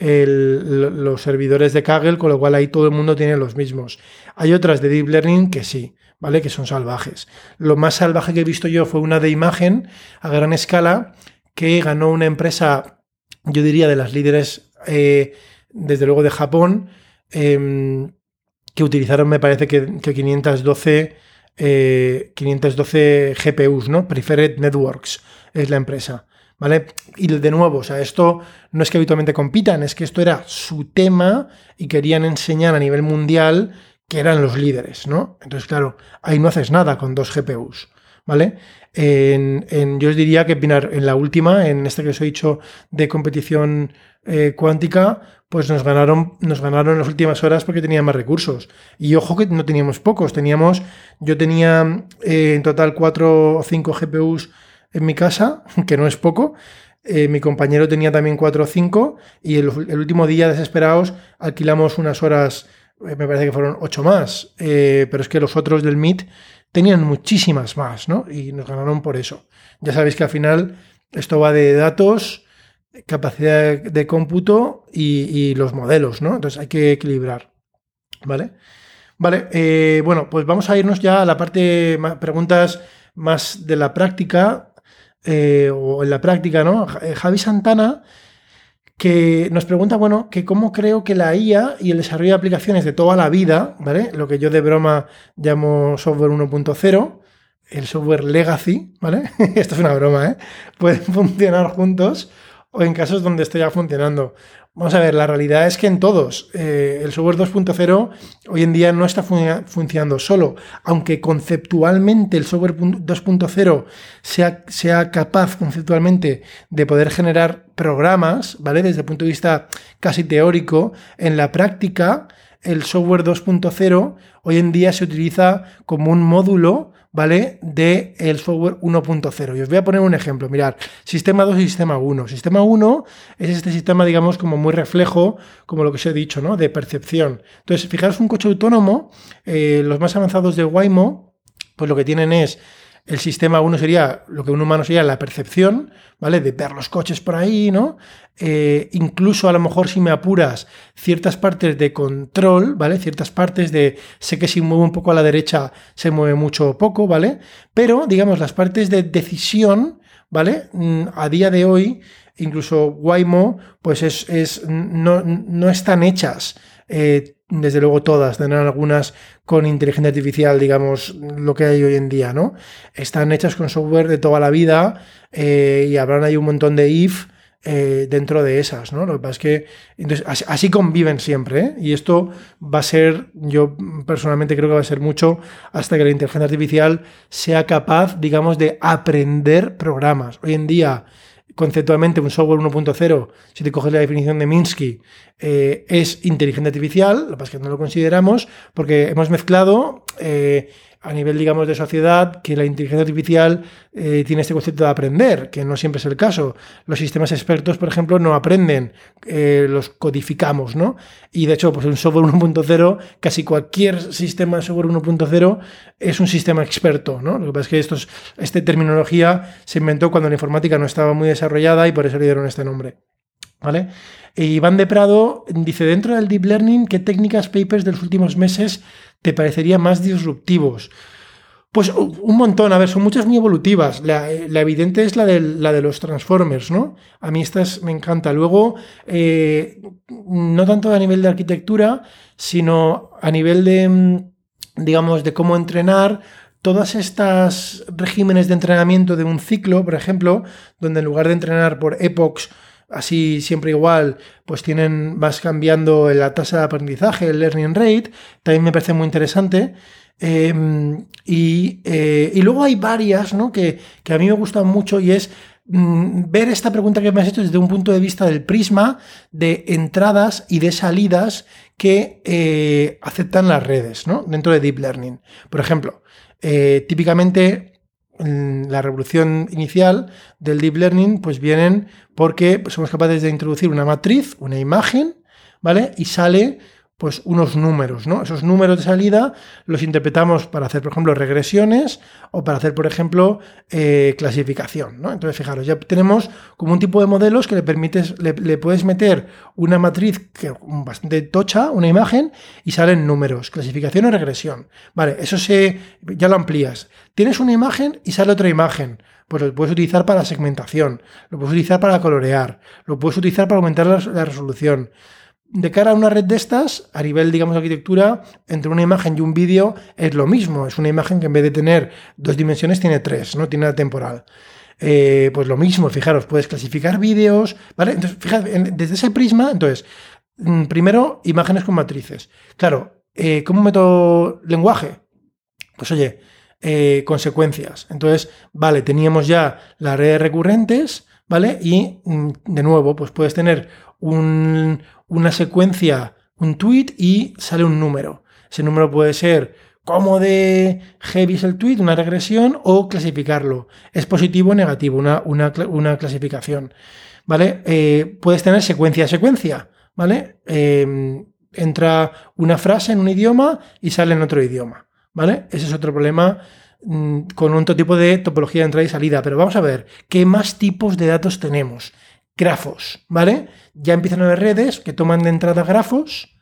el, los servidores de Kaggle, con lo cual ahí todo el mundo tiene los mismos. Hay otras de Deep Learning que sí, ¿vale? Que son salvajes. Lo más salvaje que he visto yo fue una de imagen a gran escala que ganó una empresa, yo diría de las líderes, eh, desde luego de Japón, eh, que utilizaron, me parece que, que quinientos doce, eh, quinientos doce G P Us, ¿no? Preferred Networks es la empresa, ¿vale? Y de nuevo, o sea, esto no es que habitualmente compitan, es que esto era su tema y querían enseñar a nivel mundial que eran los líderes, ¿no? Entonces, claro, ahí no haces nada con dos G P Us, ¿vale? En, en, yo os diría que en la última, en esta que os he dicho de competición eh, cuántica, pues nos ganaron, nos ganaron en las últimas horas porque tenían más recursos. Y ojo que no teníamos pocos, teníamos, yo tenía eh, en total cuatro o cinco G P Us en mi casa, que no es poco. Eh, mi compañero tenía también cuatro o cinco, y el, el último día, desesperados, alquilamos unas horas, eh, me parece que fueron ocho más, eh, pero es que los otros del Meet tenían muchísimas más, ¿no? Y nos ganaron por eso. Ya sabéis que al final esto va de datos, capacidad de cómputo y, y los modelos, ¿no? Entonces hay que equilibrar, ¿vale? Vale, eh, bueno, pues vamos a irnos ya a la parte, preguntas más de la práctica. Eh, o en la práctica, ¿no? Javi Santana, que nos pregunta, bueno, que cómo creo que la I A y el desarrollo de aplicaciones de toda la vida, ¿vale? Lo que yo de broma llamo software uno punto cero, el software legacy, ¿vale? Esto es una broma, ¿eh? Pueden funcionar juntos o en casos donde esté ya funcionando. Vamos a ver, la realidad es que en todos, eh, el software dos punto cero hoy en día no está fun- funcionando solo, aunque conceptualmente el software dos punto cero sea, sea capaz conceptualmente de poder generar programas, ¿vale? Desde el punto de vista casi teórico, en la práctica el software dos punto cero hoy en día se utiliza como un módulo, ¿vale?, de el software uno punto cero. Y os voy a poner un ejemplo. Mirad, sistema dos y sistema uno. Sistema uno es este sistema, digamos, como muy reflejo, como lo que os he dicho, ¿no?, de percepción. Entonces, fijaros, un coche autónomo, eh, los más avanzados de Waymo, pues lo que tienen es el sistema uno sería, lo que un humano sería la percepción, ¿vale?, de ver los coches por ahí, ¿no? Eh, incluso a lo mejor, si me apuras, ciertas partes de control, ¿vale? Ciertas partes de, sé que si muevo un poco a la derecha se mueve mucho o poco, ¿vale? Pero, digamos, las partes de decisión, ¿vale?, a día de hoy, incluso Waymo, pues es, es, no, no están hechas, eh, desde luego todas, tendrán algunas con inteligencia artificial, digamos, lo que hay hoy en día, ¿no? Están hechas con software de toda la vida, eh, y habrán ahí un montón de if, eh, dentro de esas, ¿no? Lo que pasa es que entonces, así, así conviven siempre, ¿eh? Y esto va a ser, yo personalmente creo que va a ser mucho hasta que la inteligencia artificial sea capaz, digamos, de aprender programas. Hoy en día, conceptualmente, un software uno punto cero, si te coges la definición de Minsky, eh, es inteligencia artificial. Lo que pasa es que no lo consideramos porque hemos mezclado eh, a nivel, digamos, de sociedad, que la inteligencia artificial eh, tiene este concepto de aprender, que no siempre es el caso. Los sistemas expertos, por ejemplo, no aprenden, eh, los codificamos, ¿no? Y de hecho, pues un software uno punto cero, casi cualquier sistema de software uno punto cero es un sistema experto, ¿no? Lo que pasa es que estos, esta terminología se inventó cuando la informática no estaba muy desarrollada y por eso le dieron este nombre, ¿vale? E Iván de Prado dice, dentro del Deep Learning, ¿qué técnicas, papers de los últimos meses te parecerían más disruptivos? Pues un montón, a ver, son muchas muy evolutivas. La, la evidente es la de, la de los Transformers, ¿no? A mí estas me encanta. Luego, eh, no tanto a nivel de arquitectura, sino a nivel de, digamos, de cómo entrenar. Todas estas regímenes de entrenamiento de un ciclo, por ejemplo, donde en lugar de entrenar por epochs, así siempre igual, pues tienen, vas cambiando la tasa de aprendizaje, el learning rate, también me parece muy interesante. Eh, y, eh, y luego hay varias, ¿no? que, que a mí me gustan mucho, y es mm, ver esta pregunta que me has hecho desde un punto de vista del prisma de entradas y de salidas que eh, aceptan las redes, ¿no? Dentro de Deep Learning. Por ejemplo, eh, típicamente la revolución inicial del Deep Learning pues vienen porque somos capaces de introducir una matriz, una imagen, ¿vale? Y sale pues unos números, ¿no? Esos números de salida los interpretamos para hacer, por ejemplo, regresiones o para hacer, por ejemplo, eh, clasificación, ¿no? Entonces, fijaros, ya tenemos como un tipo de modelos que le permites, le, le puedes meter una matriz que bastante tocha, una imagen, y salen números, clasificación o regresión. Vale, eso se, ya lo amplías. Tienes una imagen y sale otra imagen. Pues lo puedes utilizar para segmentación, lo puedes utilizar para colorear, lo puedes utilizar para aumentar la, la resolución. De cara a una red de estas, a nivel, digamos, de arquitectura, entre una imagen y un vídeo es lo mismo. Es una imagen que en vez de tener dos dimensiones tiene tres, no tiene la temporal. Eh, pues lo mismo, fijaros, puedes clasificar vídeos, ¿vale? Entonces, fíjate, desde ese prisma, entonces, primero, imágenes con matrices. Claro, eh, ¿cómo meto lenguaje? Pues oye, eh, consecuencias. Entonces, vale, teníamos ya las redes recurrentes, ¿vale? Y, de nuevo, pues puedes tener un, una secuencia, un tweet, y sale un número. Ese número puede ser cómo de heavy es el tweet, una regresión, o clasificarlo. Es positivo o negativo, una, una, una clasificación, ¿vale? Eh, puedes tener secuencia a secuencia, ¿vale? Eh, entra una frase en un idioma y sale en otro idioma, ¿vale? Ese es otro problema mmm, con otro tipo de topología de entrada y salida. Pero vamos a ver, ¿qué más tipos de datos tenemos? Grafos, ¿vale? Ya empiezan a haber redes que toman de entrada grafos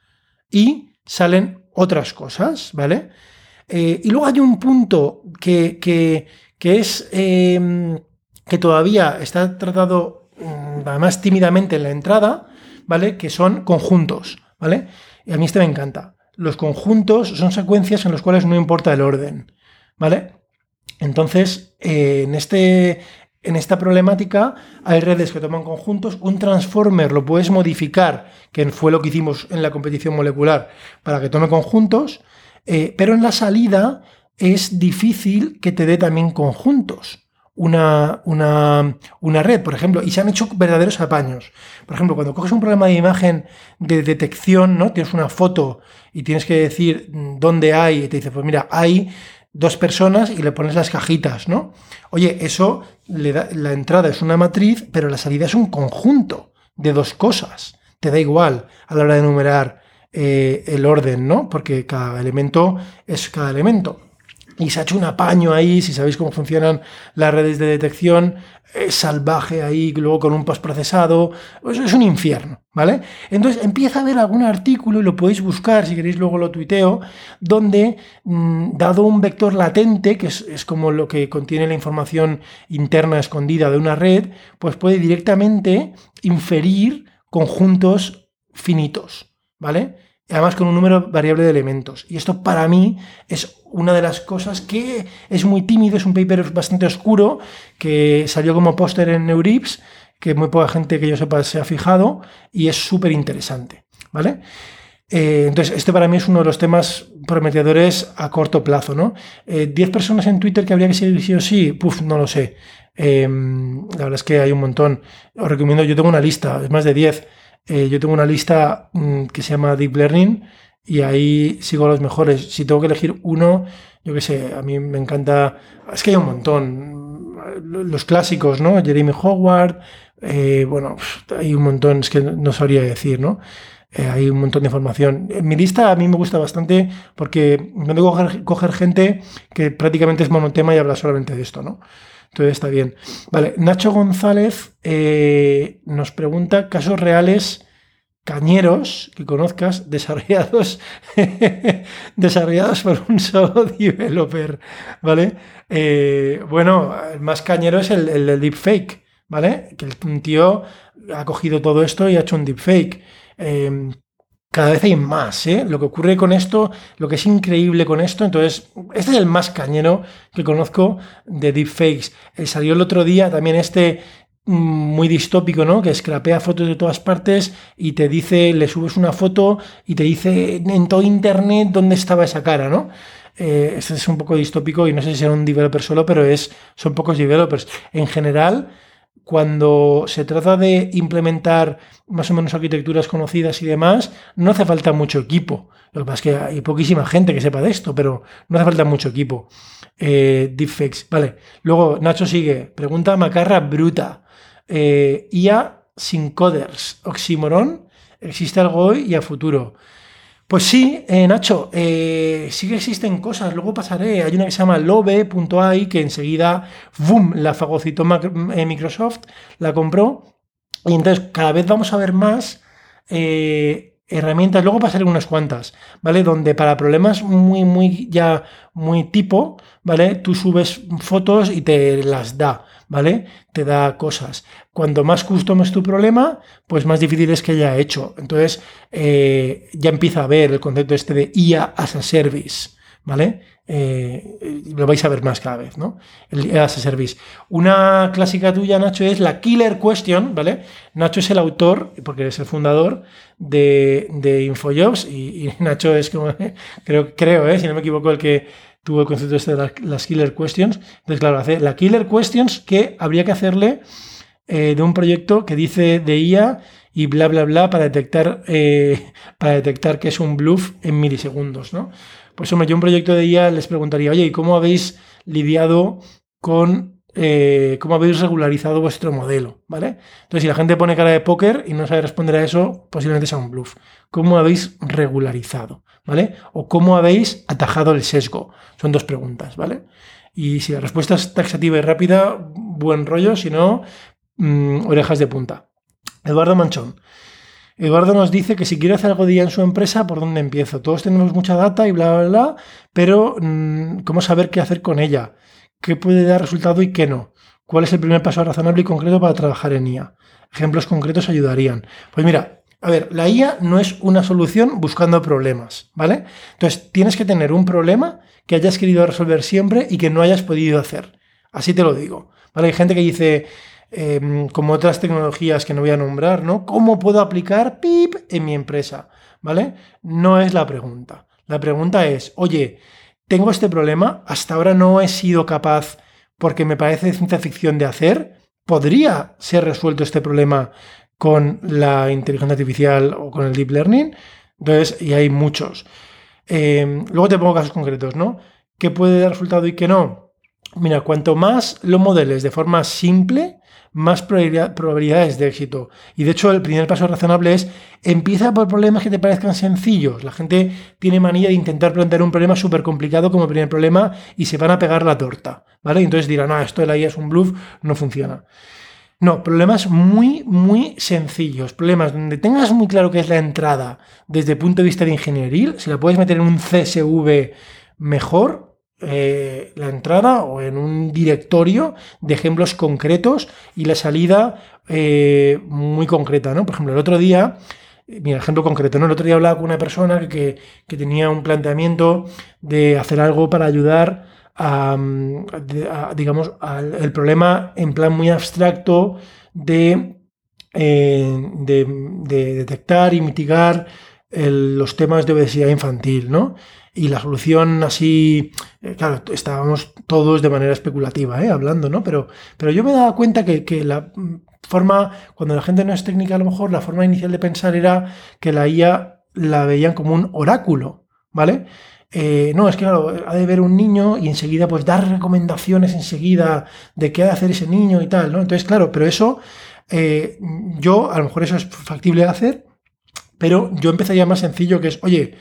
y salen otras cosas, ¿vale? Eh, y luego hay un punto que, que, que es eh, que todavía está tratado um, además tímidamente en la entrada, ¿vale? Que son conjuntos, ¿vale? Y a mí este me encanta. Los conjuntos son secuencias en las cuales no importa el orden, ¿vale? Entonces, eh, en este... En esta problemática hay redes que toman conjuntos. Un transformer lo puedes modificar, que fue lo que hicimos en la competición molecular, para que tome conjuntos, eh, pero en la salida es difícil que te dé también conjuntos. Una, una, una red, por ejemplo, y se han hecho verdaderos apaños. Por ejemplo, cuando coges un programa de imagen de detección, ¿no? Tienes una foto y tienes que decir dónde hay, y te dice, pues mira, hay dos personas, y le pones las cajitas, ¿no? Oye, eso le da, la entrada es una matriz, pero la salida es un conjunto de dos cosas. Te da igual a la hora de enumerar eh, el orden, ¿no? Porque cada elemento es cada elemento. Y se ha hecho un apaño ahí, si sabéis cómo funcionan las redes de detección, es salvaje ahí, luego con un postprocesado, pues es un infierno, ¿vale? Entonces empieza a haber algún artículo, y lo podéis buscar, si queréis luego lo tuiteo, donde, mmm, dado un vector latente, que es, es como lo que contiene la información interna escondida de una red, pues puede directamente inferir conjuntos finitos, ¿vale? Además con un número variable de elementos. Y esto para mí es una de las cosas que es muy tímido, es un paper bastante oscuro que salió como póster en Neurips, que muy poca gente que yo sepa se ha fijado y es súper interesante, ¿vale? Eh, entonces, este para mí es uno de los temas prometedores a corto plazo, ¿no? Eh, ¿diez personas en Twitter que habría que seguir sí o sí? Puf, no lo sé. Eh, la verdad es que hay un montón. Os recomiendo, yo tengo una lista, es más de diez. Eh, yo tengo una lista mmm, que se llama Deep Learning y ahí sigo a los mejores. Si tengo que elegir uno, yo qué sé, a mí me encanta... Es que hay un montón. Los clásicos, ¿no? Jeremy Howard, eh, bueno, hay un montón, es que no sabría decir, ¿no? Eh, hay un montón de información. En mi lista a mí me gusta bastante porque me tengo que coger, coger gente que prácticamente es monotema y habla solamente de esto, ¿no? Entonces está bien. Vale, Nacho González eh, nos pregunta casos reales cañeros que conozcas desarrollados desarrollados por un solo developer, ¿vale? Eh, bueno, el más cañero es el, el, el deepfake, ¿vale? Que un tío ha cogido todo esto y ha hecho un deepfake. Eh, cada vez hay más, ¿eh? Lo que ocurre con esto, lo que es increíble con esto, entonces, este es el más cañero que conozco de deepfakes. Eh, salió el otro día también este muy distópico, ¿no? Que scrapea fotos de todas partes y te dice, le subes una foto y te dice en todo internet dónde estaba esa cara, ¿no? Eh, este es un poco distópico y no sé si será un developer solo, pero es, son pocos developers. En general, cuando se trata de implementar más o menos arquitecturas conocidas y demás, no hace falta mucho equipo. Lo que pasa es que hay poquísima gente que sepa de esto, pero no hace falta mucho equipo. Eh, deepfakes, vale. Luego Nacho sigue, pregunta macarra bruta. Eh, I A sin coders, oxímoron, ¿existe algo hoy y a futuro? Pues sí, eh, Nacho, eh, sí que existen cosas, luego pasaré. Hay una que se llama lobe punto a i que enseguida, ¡boom!, la fagocitó Microsoft, la compró. Y entonces cada vez vamos a ver más eh, herramientas, luego pasaré unas cuantas, ¿vale? Donde para problemas muy, muy, ya muy tipo, ¿vale? Tú subes fotos y te las da, ¿vale? Te da cosas. Cuanto más custom es tu problema, pues más difícil es que haya hecho. Entonces, eh, ya empieza a ver el concepto este de I A as a service, ¿vale? Eh, lo vais a ver más cada vez, ¿no? El I A as a service. Una clásica tuya, Nacho, es la Killer Question, ¿vale? Nacho es el autor, porque es el fundador de, de InfoJobs y, y Nacho es como, creo, creo, ¿eh? Si no me equivoco, el que tuvo el concepto este de las, las Killer Questions. Entonces, claro, hace la Killer Questions que habría que hacerle eh, de un proyecto que dice de I A y bla, bla, bla para detectar, eh, para detectar que es un bluff en milisegundos, ¿no? Pues hombre, yo un proyecto de I A les preguntaría, oye, ¿y cómo habéis lidiado con, eh, cómo habéis regularizado vuestro modelo? ¿Vale? Entonces, si la gente pone cara de póker y no sabe responder a eso, posiblemente sea un bluff. ¿Cómo habéis regularizado? ¿Vale? O ¿cómo habéis atajado el sesgo? Son dos preguntas, ¿vale? Y si la respuesta es taxativa y rápida, buen rollo, si no, mmm, orejas de punta. Eduardo Manchón. Eduardo nos dice que si quiere hacer algo de I A en su empresa, ¿por dónde empiezo? Todos tenemos mucha data y bla, bla, bla, pero mmm, ¿cómo saber qué hacer con ella? ¿Qué puede dar resultado y qué no? ¿Cuál es el primer paso razonable y concreto para trabajar en I A? Ejemplos concretos ayudarían. Pues mira, a ver, la I A no es una solución buscando problemas, ¿vale? Entonces, tienes que tener un problema que hayas querido resolver siempre y que no hayas podido hacer. Así te lo digo, ¿vale? Hay gente que dice... Eh, como otras tecnologías que no voy a nombrar, ¿no? ¿Cómo puedo aplicar P I P en mi empresa? ¿Vale? No es la pregunta. La pregunta es, oye, tengo este problema, hasta ahora no he sido capaz porque me parece ciencia ficción de hacer, ¿podría ser resuelto este problema con la inteligencia artificial o con el deep learning? Entonces, y hay muchos. Eh, luego te pongo casos concretos, ¿no? ¿Qué puede dar resultado y qué no? Mira, cuanto más lo modeles de forma simple, más probabilidades de éxito. Y de hecho el primer paso razonable es empieza por problemas que te parezcan sencillos. La gente tiene manía de intentar plantear un problema súper complicado como primer problema y se van a pegar la torta, ¿vale? Y entonces dirán, ah, esto de la I A es un bluff, no funciona. No, problemas muy, muy sencillos. Problemas donde tengas muy claro qué es la entrada desde el punto de vista de ingenieril. Si la puedes meter en un C S V mejor, Eh, la entrada o en un directorio de ejemplos concretos y la salida eh, muy concreta, ¿no? Por ejemplo, el otro día, mira, ejemplo concreto, ¿no? El otro día hablaba con una persona que, que tenía un planteamiento de hacer algo para ayudar a, a, digamos, al el problema en plan muy abstracto de, eh, de, de detectar y mitigar el, los temas de obesidad infantil, ¿no? Y la solución así, eh, claro, estábamos todos de manera especulativa, ¿eh? Hablando, ¿no? Pero, pero yo me daba cuenta que, que la forma, cuando la gente no es técnica, a lo mejor la forma inicial de pensar era que la I A la veían como un oráculo, ¿vale? Eh, no, es que claro, ha de ver un niño y enseguida pues dar recomendaciones enseguida de qué ha de hacer ese niño y tal, ¿no? Entonces, claro, pero eso, eh, yo, a lo mejor eso es factible de hacer, pero yo empezaría más sencillo, que es, oye,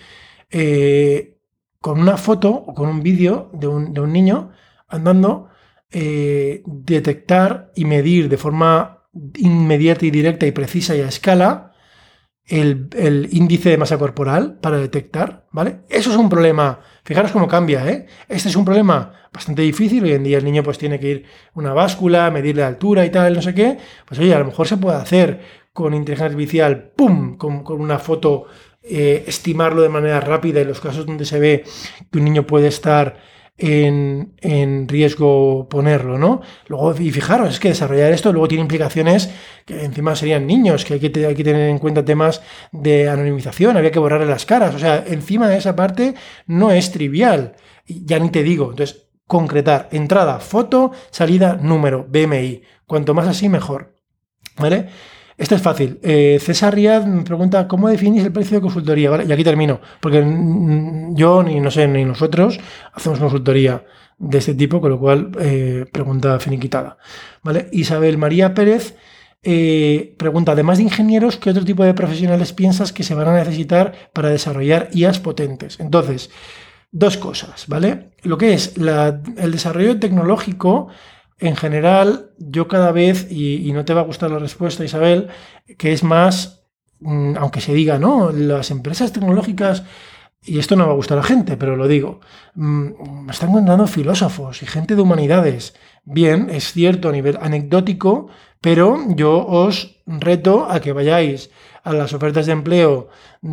eh, con una foto o con un vídeo de un, de un niño andando, eh, detectar y medir de forma inmediata y directa y precisa y a escala el, el índice de masa corporal para detectar, ¿vale? Eso es un problema. Fijaros cómo cambia, ¿eh? Este es un problema bastante difícil. Hoy en día el niño pues tiene que ir a una báscula, medir la altura y tal, no sé qué. Pues oye, a lo mejor se puede hacer con inteligencia artificial, ¡pum!, con, con una foto, eh, estimarlo de manera rápida en los casos donde se ve que un niño puede estar en, en riesgo ponerlo, ¿no? Luego, y fijaros, es que desarrollar esto luego tiene implicaciones que encima serían niños, que hay que, te, hay que tener en cuenta temas de anonimización, había que borrarle las caras, o sea, encima de esa parte no es trivial, ya ni te digo. Entonces, concretar, entrada, foto, salida, número, B M I, cuanto más así mejor, ¿vale? Esto es fácil. Eh, César Riad me pregunta, ¿cómo definís el precio de consultoría? ¿Vale? Y aquí termino, porque yo, ni no sé, ni nosotros hacemos consultoría de este tipo, con lo cual, eh, pregunta finiquitada, ¿vale? Isabel María Pérez eh, pregunta, además de ingenieros, ¿qué otro tipo de profesionales piensas que se van a necesitar para desarrollar I As potentes? Entonces, dos cosas, ¿vale? Lo que es la, el desarrollo tecnológico. En general, yo cada vez, y, y no te va a gustar la respuesta, Isabel, que es más, mmm, aunque se diga, no, las empresas tecnológicas, y esto no va a gustar a la gente, pero lo digo, mmm, me están encontrando filósofos y gente de humanidades. Bien, es cierto a nivel anecdótico, pero yo os reto a que vayáis a las ofertas de empleo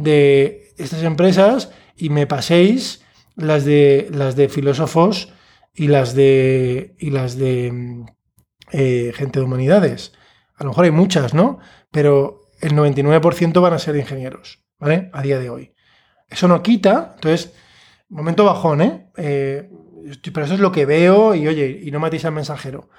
de estas empresas y me paséis las de, las de filósofos y las de y las de eh, gente de humanidades. A lo mejor hay muchas, ¿no? Pero el noventa y nueve por ciento van a ser ingenieros, ¿vale? A día de hoy. Eso no quita, entonces, momento bajón, ¿eh? eh pero eso es lo que veo y, oye, y no matéis al mensajero.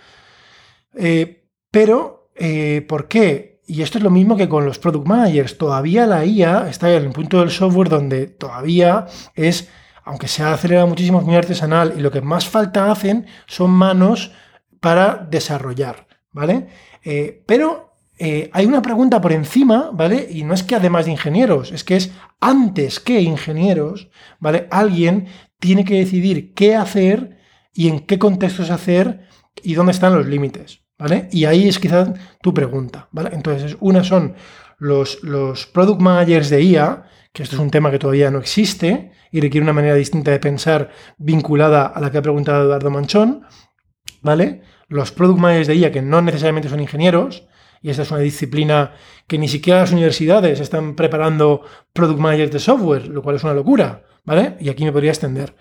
Eh, pero, eh, ¿por qué? Y esto es lo mismo que con los product managers. Todavía la I A está en el punto del software donde todavía es, aunque se ha acelerado muchísimo, es muy artesanal y lo que más falta hacen son manos para desarrollar, ¿vale? Eh, pero eh, hay una pregunta por encima, ¿vale? Y no es que además de ingenieros, es que es antes que ingenieros, ¿vale? Alguien tiene que decidir qué hacer y en qué contextos hacer y dónde están los límites, ¿vale? Y ahí es quizás tu pregunta, ¿vale? Entonces, una son los, los product managers de I A, que esto es un tema que todavía no existe y requiere una manera distinta de pensar vinculada a la que ha preguntado Eduardo Manchón, ¿vale? Los product managers de I A que no necesariamente son ingenieros, y esta es una disciplina que ni siquiera las universidades están preparando product managers de software, lo cual es una locura, ¿vale? Y aquí me podría extender.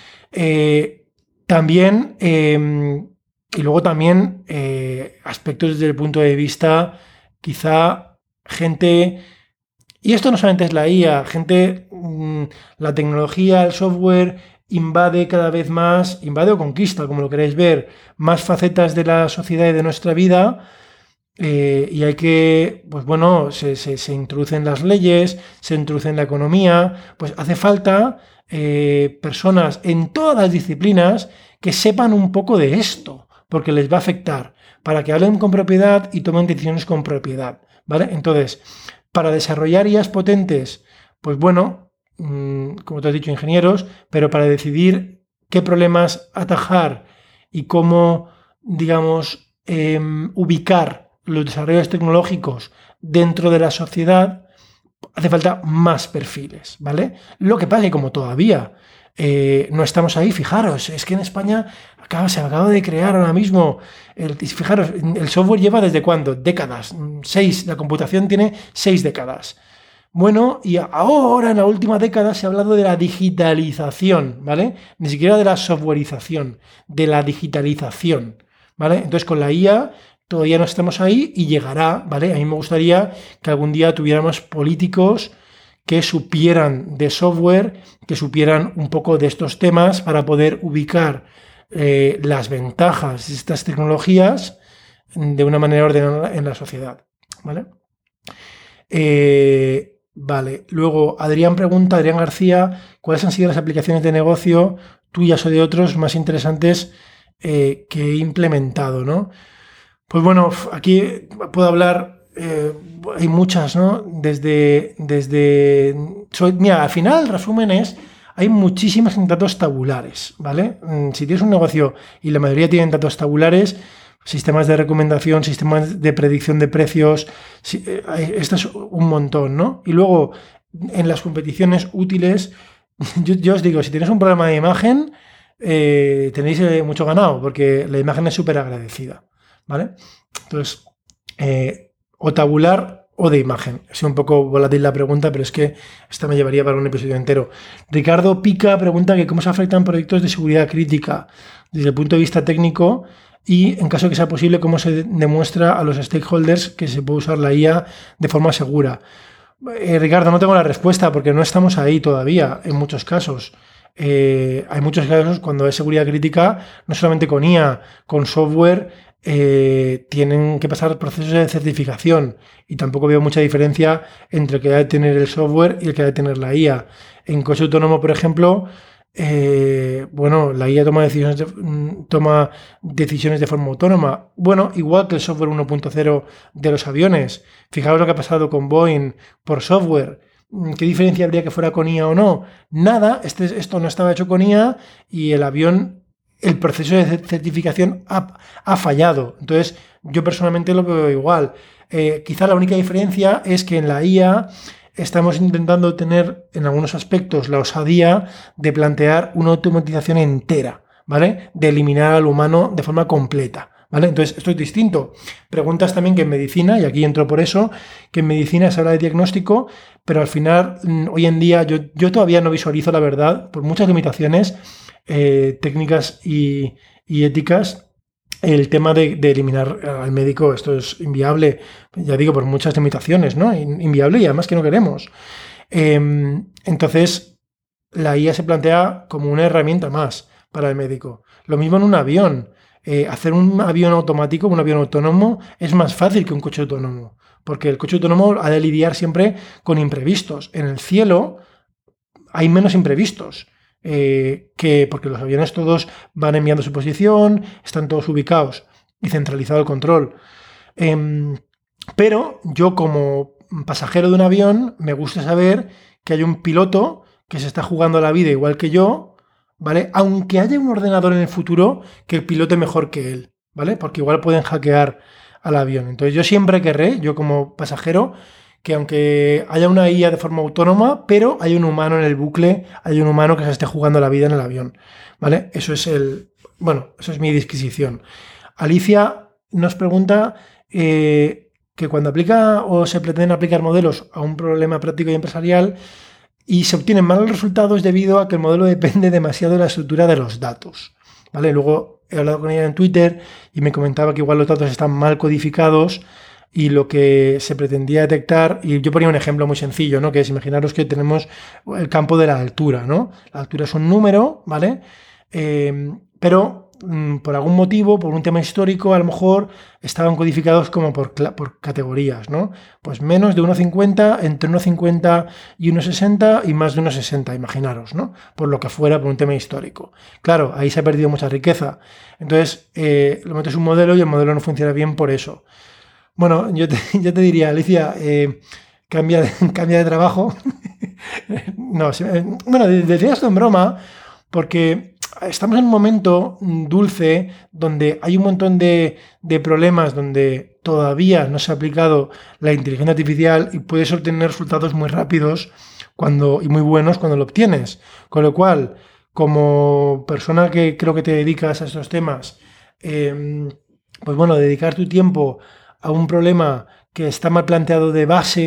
Eh, también, eh, y luego también eh, aspectos desde el punto de vista, quizá gente... Y esto no solamente es la I A, gente, mmm, la tecnología, el software invade cada vez más, invade o conquista, como lo queréis ver, más facetas de la sociedad y de nuestra vida, eh, y hay que, pues bueno, se, se, se introducen las leyes, se introduce en la economía, pues hace falta eh, personas en todas las disciplinas que sepan un poco de esto, porque les va a afectar, para que hablen con propiedad y tomen decisiones con propiedad, ¿vale? Entonces, para desarrollar I As potentes, pues bueno, mmm, como te has dicho, ingenieros, pero para decidir qué problemas atajar y cómo, digamos, eh, ubicar los desarrollos tecnológicos dentro de la sociedad, hace falta más perfiles, ¿vale? Lo que pasa es que como todavía eh, no estamos ahí, fijaros, es que en España acaba, se acaba de crear ahora mismo, el, fijaros, el software lleva desde cuándo, décadas, seis, la computación tiene seis décadas, Bueno, y ahora en la última década se ha hablado de la digitalización, ¿vale? Ni siquiera de la softwareización, de la digitalización, ¿vale? Entonces con la I A todavía no estamos ahí y llegará, ¿vale? A mí me gustaría que algún día tuviéramos políticos que supieran de software, que supieran un poco de estos temas para poder ubicar eh, las ventajas de estas tecnologías de una manera ordenada en la sociedad, ¿vale? Eh, Vale, luego Adrián pregunta, Adrián García, ¿cuáles han sido las aplicaciones de negocio tuyas o de otros más interesantes eh, que he implementado, ¿no? Pues bueno, aquí puedo hablar, eh, hay muchas, ¿no? Desde, desde, soy, mira, al final el resumen es, hay muchísimas datos tabulares, ¿vale? Si tienes un negocio y la mayoría tienen datos tabulares, sistemas de recomendación, sistemas de predicción de precios, esto es un montón, ¿no? Y luego, en las competiciones útiles, yo, yo os digo, si tienes un problema de imagen, eh, tenéis eh, mucho ganado, porque la imagen es súper agradecida, ¿vale? Entonces, eh, o tabular o de imagen. Es un poco volátil la pregunta, pero es que esta me llevaría para un episodio entero. Ricardo Pica pregunta que cómo se afectan proyectos de seguridad crítica desde el punto de vista técnico y, en caso de que sea posible, cómo se demuestra a los stakeholders que se puede usar la I A de forma segura. Eh, Ricardo, no tengo la respuesta porque no estamos ahí todavía en muchos casos. Eh, hay muchos casos cuando es seguridad crítica, no solamente con I A, con software, eh, tienen que pasar procesos de certificación y tampoco veo mucha diferencia entre el que debe tener el software y el que debe tener la I A. En coche autónomo, por ejemplo, eh, bueno, la I A toma decisiones de, toma decisiones de forma autónoma. Bueno, igual que el software uno punto cero de los aviones. Fijaos lo que ha pasado con Boeing por software. ¿Qué diferencia habría que fuera con I A o no? Nada, este, esto no estaba hecho con I A y el avión, el proceso de certificación ha, ha fallado. Entonces, yo personalmente lo veo igual. Eh, quizá la única diferencia es que en la I A estamos intentando tener en algunos aspectos la osadía de plantear una automatización entera, ¿vale? De eliminar al humano de forma completa, ¿vale? Entonces, esto es distinto. Preguntas también que en medicina, y aquí entro por eso, que en medicina se habla de diagnóstico, pero al final, hoy en día, yo, yo todavía no visualizo la verdad, por muchas limitaciones eh, técnicas y, y éticas, el tema de, de eliminar al médico. Esto es inviable, ya digo, por muchas limitaciones, ¿no? Inviable y además que no queremos. Eh, entonces, la I A se plantea como una herramienta más para el médico. Lo mismo en un avión. Eh, hacer un avión automático, un avión autónomo, es más fácil que un coche autónomo, porque el coche autónomo ha de lidiar siempre con imprevistos. En el cielo hay menos imprevistos. Eh, que porque los aviones todos van enviando su posición, están todos ubicados y centralizado el control. Eh, pero yo, como pasajero de un avión, me gusta saber que hay un piloto que se está jugando la vida igual que yo, ¿vale? Aunque haya un ordenador en el futuro que pilote mejor que él, ¿vale? Porque igual pueden hackear al avión. Entonces yo siempre querré, yo como pasajero, que aunque haya una I A de forma autónoma, pero hay un humano en el bucle, hay un humano que se esté jugando la vida en el avión, ¿vale? Eso es el, bueno, eso es mi disquisición. Alicia nos pregunta eh, que cuando aplica o se pretenden aplicar modelos a un problema práctico y empresarial y se obtienen malos resultados debido a que el modelo depende demasiado de la estructura de los datos, ¿vale? Luego he hablado con ella en Twitter y me comentaba que igual los datos están mal codificados y lo que se pretendía detectar, y yo ponía un ejemplo muy sencillo, ¿no? Que es, imaginaros que tenemos el campo de la altura, ¿no? La altura es un número, ¿vale? Eh, pero mmm, por algún motivo, por un tema histórico, a lo mejor estaban codificados como por, por categorías, ¿no? Pues menos de uno coma cincuenta, entre uno coma cincuenta y uno coma sesenta y más de uno coma sesenta, imaginaros, ¿no? Por lo que fuera, por un tema histórico. Claro, ahí se ha perdido mucha riqueza. Entonces, eh, lo metes un modelo y el modelo no funciona bien por eso. Bueno, yo te, yo te diría, Alicia, eh, cambia, de, cambia de trabajo. no, bueno, decía esto en broma, porque estamos en un momento dulce donde hay un montón de, de problemas donde todavía no se ha aplicado la inteligencia artificial y puedes obtener resultados muy rápidos cuando, y muy buenos cuando lo obtienes. Con lo cual, como persona que creo que te dedicas a estos temas, eh, pues bueno, dedicar tu tiempo a un problema que está mal planteado de base,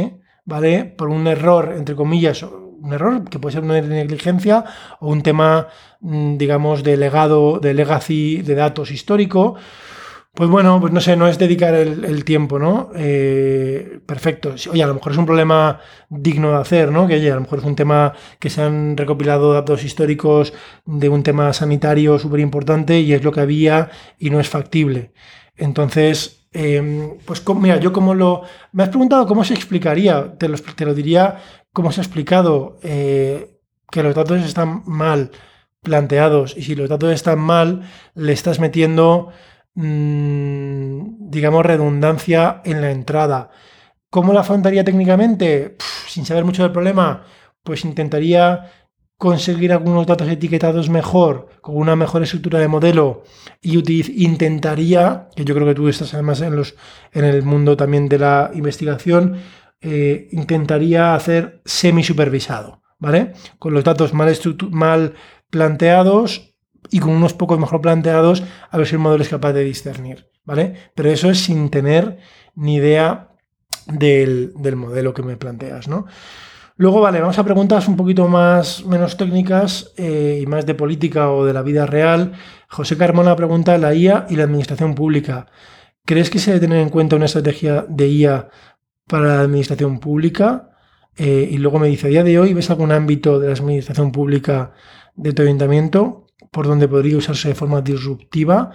¿vale? Por un error, entre comillas, un error que puede ser una negligencia o un tema, digamos, de legado, de legacy de datos histórico. Pues bueno, pues no sé, no es dedicar el, el tiempo, ¿no? Eh, perfecto. Oye, a lo mejor es un problema digno de hacer, ¿no? Que oye, a lo mejor es un tema que se han recopilado datos históricos de un tema sanitario súper importante y es lo que había y no es factible. Entonces, eh, pues mira, yo como lo... Me has preguntado cómo se explicaría, te lo, te lo diría cómo se ha explicado, eh, que los datos están mal planteados y si los datos están mal, le estás metiendo... digamos, redundancia en la entrada. ¿Cómo la afrontaría técnicamente? Pff, sin saber mucho del problema, pues intentaría conseguir algunos datos etiquetados mejor, con una mejor estructura de modelo y utiliz- intentaría, que yo creo que tú estás además en, los, en el mundo también de la investigación, eh, intentaría hacer semi-supervisado, ¿vale? Con los datos mal, estructu- mal planteados y con unos pocos mejor planteados, a ver si el modelo es capaz de discernir, ¿vale? Pero eso es sin tener ni idea del, del modelo que me planteas, ¿no? Luego, vale, vamos a preguntas un poquito más, menos técnicas eh, y más de política o de la vida real. José Carmona pregunta, la I A y la administración pública. ¿Crees que se debe tener en cuenta una estrategia de I A para la administración pública? Eh, y luego me dice, a día de hoy, ¿ves algún ámbito de la administración pública de tu ayuntamiento por donde podría usarse de forma disruptiva?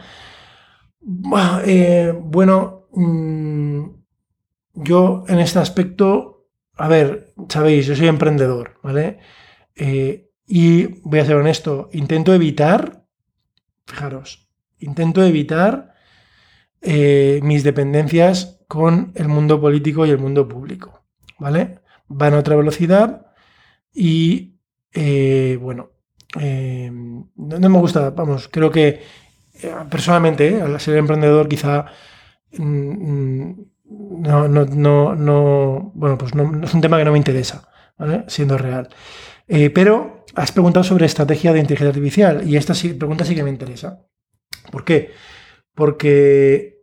Eh, bueno, mmm, yo en este aspecto, a ver, sabéis, yo soy emprendedor, ¿vale? Eh, y voy a ser honesto, intento evitar, fijaros, intento evitar eh, mis dependencias con el mundo político y el mundo público, ¿vale? Van a otra velocidad y, eh, bueno, Eh, no, no me gusta, vamos, creo que eh, personalmente, eh, al ser emprendedor quizá mm, no, no, no, no, bueno, pues no, no es un tema que no me interesa, ¿vale? Siendo real. Eh, pero has preguntado sobre estrategia de inteligencia artificial y esta sí, pregunta sí que me interesa. ¿Por qué? Porque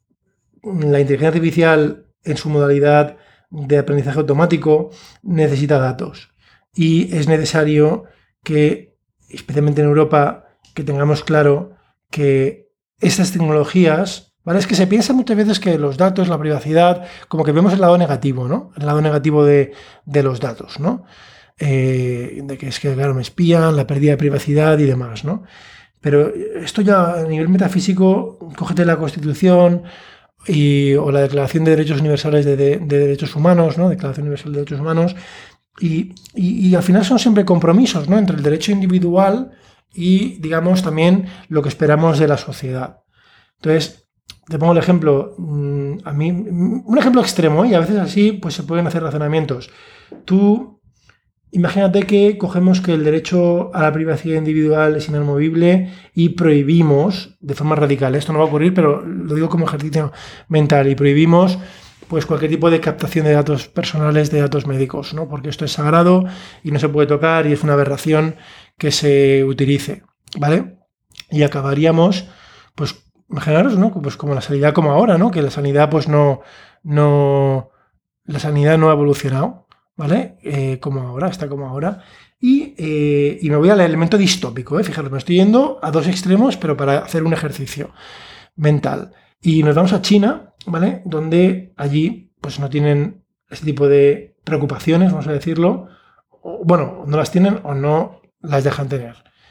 la inteligencia artificial en su modalidad de aprendizaje automático necesita datos y es necesario que, especialmente en Europa, que tengamos claro que estas tecnologías, ¿vale? Es que se piensa muchas veces que los datos, la privacidad, como que vemos el lado negativo, ¿no? El lado negativo de, de los datos, ¿no? Eh, de que es que, claro, me espían, la pérdida de privacidad y demás, ¿no? Pero esto ya a nivel metafísico, cógete la Constitución y, o la Declaración de Derechos Universales de, de, de Derechos Humanos, ¿no? Declaración Universal de Derechos Humanos. Y, y, y al final son siempre compromisos, ¿no? Entre el derecho individual y, digamos, también lo que esperamos de la sociedad. Entonces, te pongo el ejemplo, a mí, un ejemplo extremo, ¿eh? Y a veces así pues se pueden hacer razonamientos. Tú, imagínate que cogemos que el derecho a la privacidad individual es inamovible y prohibimos, de forma radical, esto no va a ocurrir, pero lo digo como ejercicio mental, y prohibimos pues cualquier tipo de captación de datos personales, de datos médicos, ¿no? Porque esto es sagrado y no se puede tocar y es una aberración que se utilice, ¿vale? Y acabaríamos, pues, imaginaros, ¿no? Pues como la sanidad como ahora, ¿no? Que la sanidad, pues no, no, la sanidad no ha evolucionado, ¿vale? Eh, como ahora, está como ahora. Y, eh, y me voy al elemento distópico, ¿eh? Fijaros, me estoy yendo a dos extremos, pero para hacer un ejercicio mental. Y nos vamos a China, ¿vale? Donde allí pues no tienen este tipo de preocupaciones, vamos a decirlo. O, bueno, no las tienen o no las dejan tener.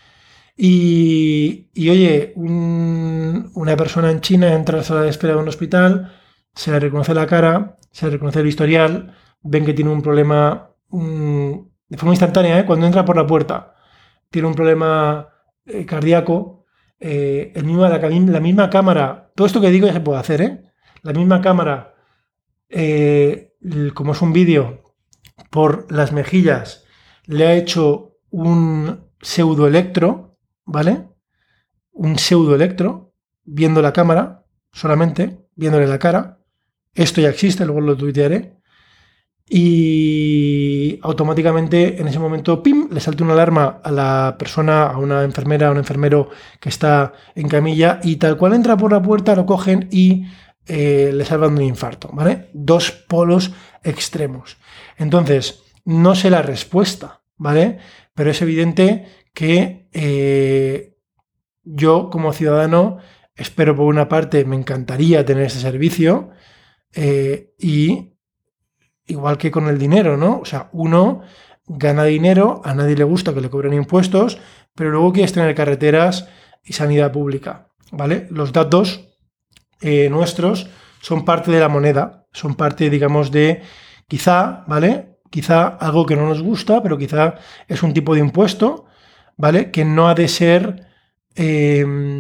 Y, y oye, un, una persona en China entra a la sala de espera de un hospital, se le reconoce la cara, se le reconoce el historial, ven que tiene un problema um, de forma instantánea, ¿eh? Cuando entra por la puerta, tiene un problema eh, cardíaco. Eh, el mismo, la, la misma cámara, todo esto que digo ya se puede hacer, ¿eh? La misma cámara, eh, como es un vídeo, por las mejillas le ha hecho un pseudoelectro, ¿vale? Un pseudoelectro, viendo la cámara, solamente, viéndole la cara. Esto ya existe, luego lo tuitearé. Y automáticamente en ese momento, ¡pim!, le salta una alarma a la persona, a una enfermera, a un enfermero que está en camilla, y tal cual entra por la puerta lo cogen y eh, le salvan de un infarto, ¿vale? Dos polos extremos. Entonces, no sé la respuesta, ¿vale? Pero es evidente que eh, yo, como ciudadano, espero, por una parte, me encantaría tener ese servicio eh, y igual que con el dinero, ¿no? O sea, uno gana dinero, a nadie le gusta que le cobren impuestos, pero luego quieres tener carreteras y sanidad pública, ¿vale? Los datos eh, nuestros son parte de la moneda, son parte, digamos, de quizá, ¿vale? Quizá algo que no nos gusta, pero quizá es un tipo de impuesto, ¿vale? Que no ha de ser... Eh,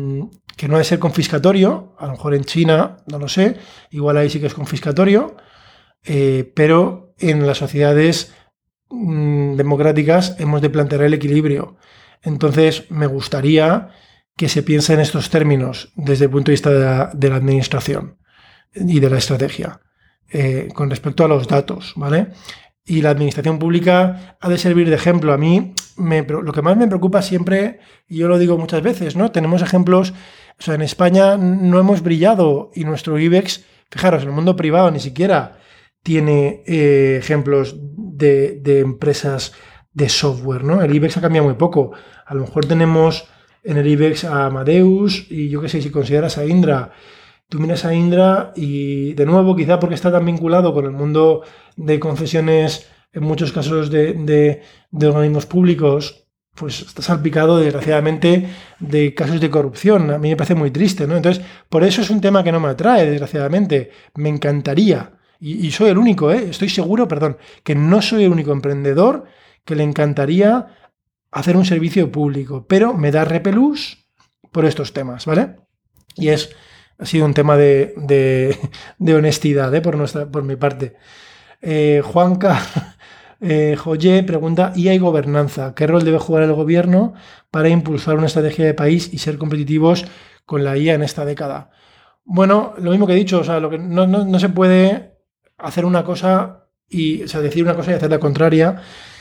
que no ha de ser confiscatorio, a lo mejor en China, no lo sé, igual ahí sí que es confiscatorio, eh, pero en las sociedades mmm, democráticas hemos de plantear el equilibrio. Entonces me gustaría que se piense en estos términos desde el punto de vista de la, de la administración y de la estrategia, eh, con respecto a los datos, ¿vale? Y la administración pública ha de servir de ejemplo. A mí me, lo que más me preocupa siempre, y yo lo digo muchas veces, ¿no? Tenemos ejemplos, o sea, en España no hemos brillado y nuestro IBEX, fijaros, en el mundo privado ni siquiera tiene eh, ejemplos de, de empresas de software, ¿no? El IBEX ha cambiado muy poco. A lo mejor tenemos en el IBEX a Amadeus y yo qué sé, si consideras a Indra, tú miras a Indra y, de nuevo, quizá porque está tan vinculado con el mundo de concesiones, en muchos casos de, de, de organismos públicos, pues está salpicado, desgraciadamente, de casos de corrupción. A mí me parece muy triste, ¿no? Entonces, por eso es un tema que no me atrae, desgraciadamente. Me encantaría, y, y soy el único, ¿eh? Estoy seguro, perdón, que no soy el único emprendedor que le encantaría hacer un servicio público, pero me da repelús por estos temas, ¿vale? Y es... Ha sido un tema de, de, de honestidad, ¿eh? por, nuestra, por mi parte. Eh, Juanca eh, Joyé pregunta, ¿y hay gobernanza? ¿Qué rol debe jugar el gobierno para impulsar una estrategia de país y ser competitivos con la I A en esta década? Bueno, lo mismo que he dicho, o sea, lo que no, no, no se puede hacer una cosa y, o sea, decir una cosa y hacer la contraria.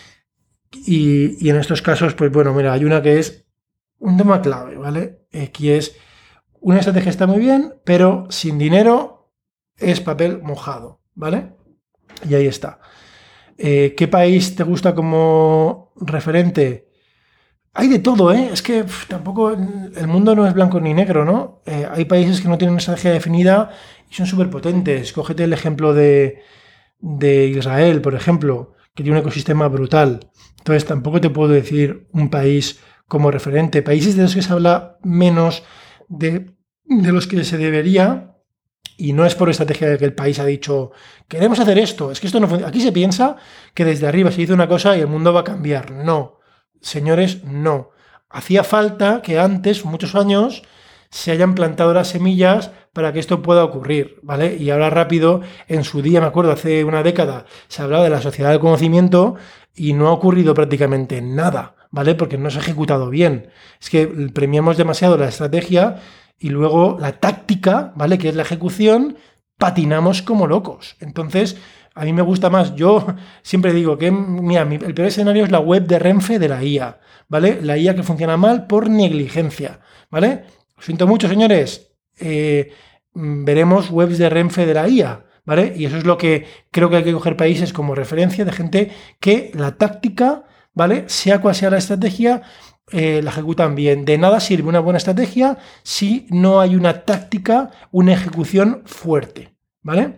Y, y en estos casos, pues bueno, mira, hay una que es un tema clave, ¿vale? Eh, que es... Una estrategia está muy bien, pero sin dinero es papel mojado, ¿vale? Y ahí está. Eh, ¿Qué país te gusta como referente? Hay de todo, ¿eh? Es que pff, tampoco el mundo no es blanco ni negro, ¿no? Eh, hay países que no tienen una estrategia definida y son súper potentes. Cógete el ejemplo de, de Israel, por ejemplo, que tiene un ecosistema brutal. Entonces tampoco te puedo decir un país como referente. Países de los que se habla menos de... de los que se debería, y no es por estrategia de que el país ha dicho queremos hacer esto, es que esto no funciona. Aquí se piensa que desde arriba se dice una cosa y el mundo va a cambiar. No, señores, no. Hacía falta que antes, muchos años, se hayan plantado las semillas para que esto pueda ocurrir, ¿vale? Y ahora rápido, en su día, me acuerdo, hace una década, se hablaba de la sociedad del conocimiento y no ha ocurrido prácticamente nada, ¿vale? Porque no se ha ejecutado bien. Es que premiamos demasiado la estrategia y luego la táctica, ¿vale? Que es la ejecución, patinamos como locos. Entonces, a mí me gusta más. Yo siempre digo que, mira, el peor escenario es la web de Renfe de la I A, ¿vale? La I A que funciona mal por negligencia, ¿vale? Lo siento mucho, señores. Eh, veremos webs de Renfe de la I A, ¿vale? Y eso es lo que creo que hay que coger países como referencia de gente que la táctica, ¿vale? Sea cual sea la estrategia, Eh, la ejecutan bien. De nada sirve una buena estrategia si no hay una táctica, una ejecución fuerte, ¿vale?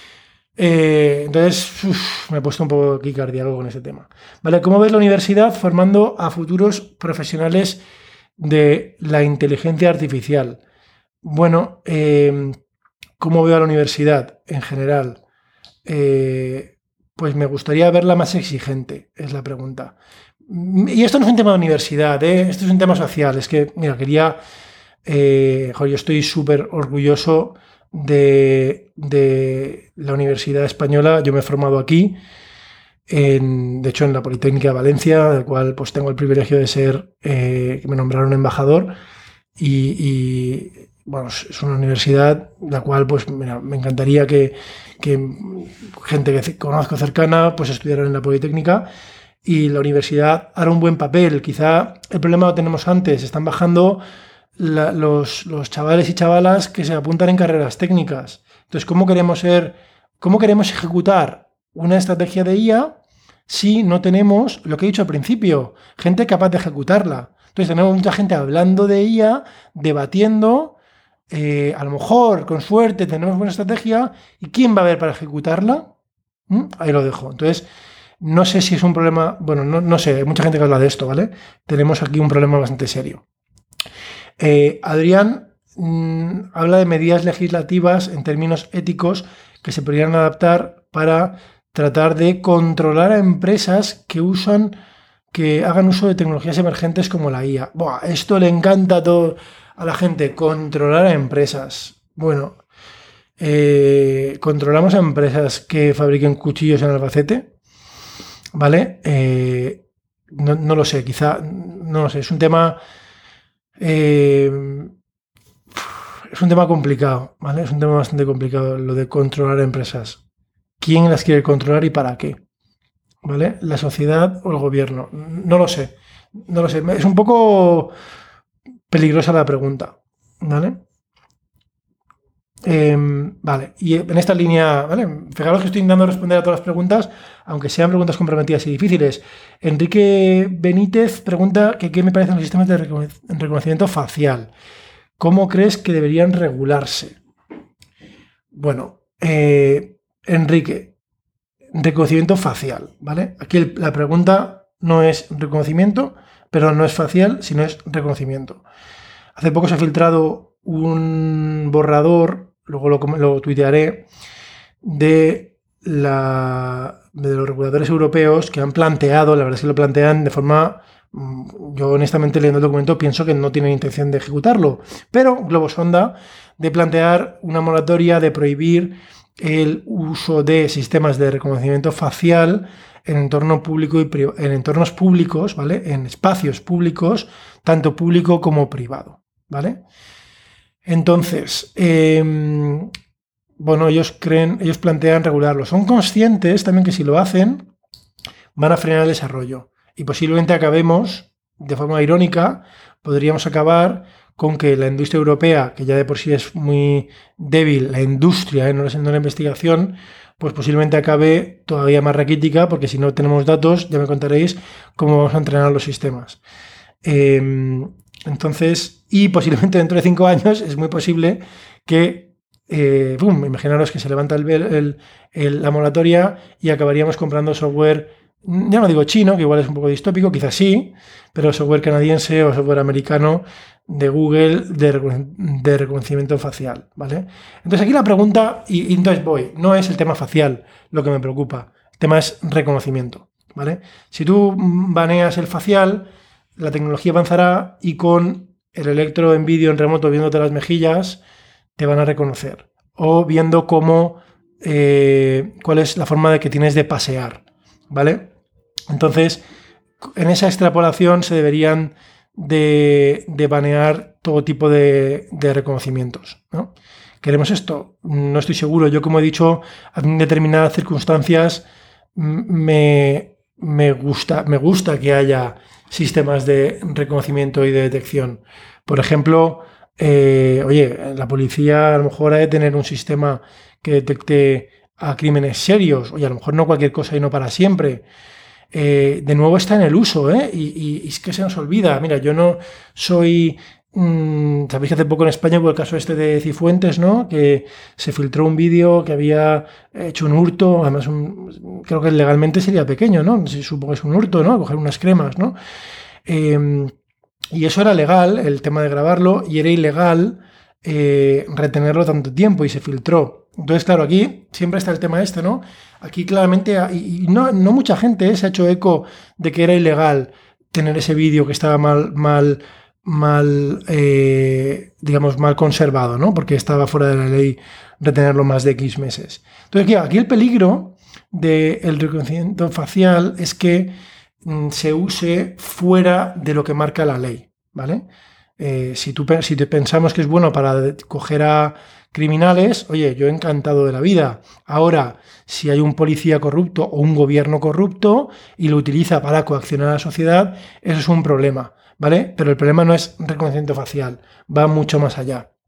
Eh, entonces, uf, me he puesto un poco aquí cardíaco con ese tema. ¿Vale? ¿Cómo ves la universidad formando a futuros profesionales de la inteligencia artificial? Bueno, eh, ¿cómo veo a la universidad en general? Eh, pues me gustaría verla más exigente, es la pregunta. Y esto no es un tema de universidad, ¿eh? Esto es un tema social. Es que, mira, quería... Eh, joder, yo estoy súper orgulloso de, de la Universidad Española. Yo me he formado aquí, en, de hecho en la Politécnica de Valencia, del cual pues tengo el privilegio de ser, eh, que me nombraron embajador. Y, y bueno, es una universidad la cual pues mira, me encantaría que, que gente que conozco cercana pues estudiara en la Politécnica. Y la universidad hará un buen papel. Quizá el problema lo tenemos antes. Están bajando la, los, los chavales y chavalas que se apuntan en carreras técnicas. Entonces, ¿cómo queremos ser, cómo queremos ejecutar una estrategia de I A si no tenemos, lo que he dicho al principio, gente capaz de ejecutarla? Entonces, tenemos mucha gente hablando de I A, debatiendo, eh, a lo mejor, con suerte, tenemos buena estrategia, ¿y quién va a ver para ejecutarla? ¿Mm? Ahí lo dejo. Entonces, no sé si es un problema, bueno, no, no sé, hay mucha gente que habla de esto, ¿vale? Tenemos aquí un problema bastante serio. Eh, Adrián mmm, habla de medidas legislativas en términos éticos que se podrían adaptar para tratar de controlar a empresas que usan, que hagan uso de tecnologías emergentes como la I A. Buah, esto le encanta a, todo, a la gente, controlar a empresas. Bueno, eh, controlamos a empresas que fabriquen cuchillos en Albacete. ¿Vale? Eh, no, no lo sé, quizá, no lo sé, es un tema, eh, es un tema complicado, ¿vale? Es un tema bastante complicado lo de controlar empresas. ¿Quién las quiere controlar y para qué? ¿Vale? ¿La sociedad o el gobierno? No lo sé, no lo sé, es un poco peligrosa la pregunta, ¿vale? Eh, vale, y en esta línea, ¿vale? Fijaros que estoy intentando responder a todas las preguntas, aunque sean preguntas comprometidas y difíciles. Enrique Benítez pregunta que qué me parecen los sistemas de reconocimiento facial. ¿Cómo crees que deberían regularse? Bueno, eh, Enrique, reconocimiento facial, ¿vale? Aquí el, la pregunta no es reconocimiento, pero no es facial, sino es reconocimiento. Hace poco se ha filtrado un borrador, luego lo, lo tuitearé, de, la, de los reguladores europeos que han planteado, la verdad es que lo plantean de forma, yo honestamente leyendo el documento pienso que no tienen intención de ejecutarlo, pero Globosonda, de plantear una moratoria de prohibir el uso de sistemas de reconocimiento facial en entorno público y priv- en entornos públicos, ¿vale? En espacios públicos, tanto público como privado, ¿vale? Entonces, eh, bueno, ellos creen, ellos plantean regularlo. Son conscientes también que si lo hacen, van a frenar el desarrollo. Y posiblemente acabemos, de forma irónica, podríamos acabar con que la industria europea, que ya de por sí es muy débil, la industria, ¿eh? no, la, no la investigación, pues posiblemente acabe todavía más raquítica, porque si no tenemos datos, ya me contaréis cómo vamos a entrenar los sistemas. Eh, entonces, y posiblemente dentro de cinco años es muy posible que, eh, boom, imaginaros que se levanta el, el, el, la moratoria y acabaríamos comprando software, ya no digo chino, que igual es un poco distópico, quizás sí, pero software canadiense o software americano de Google de, de reconocimiento facial, ¿vale? Entonces aquí la pregunta, y, y entonces voy, no es el tema facial lo que me preocupa, el tema es reconocimiento, ¿vale? Si tú baneas el facial, la tecnología avanzará y con el electro en vídeo en remoto viéndote las mejillas te van a reconocer, o viendo cómo, eh, cuál es la forma de que tienes de pasear, ¿vale? Entonces, en esa extrapolación se deberían de, de banear todo tipo de, de reconocimientos, ¿no? ¿Queremos esto? No estoy seguro. Yo, como he dicho, en determinadas circunstancias me, me, gusta, me gusta que haya sistemas de reconocimiento y de detección. Por ejemplo, eh, oye, la policía a lo mejor ha de tener un sistema que detecte a crímenes serios. Oye, a lo mejor no cualquier cosa y no para siempre. Eh, de nuevo está en el uso, ¿eh? Y, y, y es que se nos olvida. Mira, yo no soy... Mmm, Sabéis que hace poco en España hubo el caso este de Cifuentes, ¿no? Que se filtró un vídeo que había hecho un hurto, además un, creo que legalmente sería pequeño, ¿no? Si supongo que es un hurto, ¿no? Coger unas cremas, ¿no? Eh, y eso era legal, el tema de grabarlo, y era ilegal eh, retenerlo tanto tiempo y se filtró. Entonces, claro, aquí siempre está el tema este, ¿no? Aquí claramente, y no, no mucha gente ¿eh? se ha hecho eco de que era ilegal tener ese vídeo que estaba mal, mal, mal eh, digamos, mal conservado, ¿no? Porque estaba fuera de la ley retenerlo más de X meses. Entonces, aquí el peligro del reconocimiento facial es que mm, se use fuera de lo que marca la ley, ¿vale? Eh, si, tú, si te pensamos que es bueno para coger a criminales, oye, yo encantado de la vida. Ahora, si hay un policía corrupto o un gobierno corrupto y lo utiliza para coaccionar a la sociedad, eso es un problema, ¿vale? Pero el problema no es reconocimiento facial, va mucho más allá,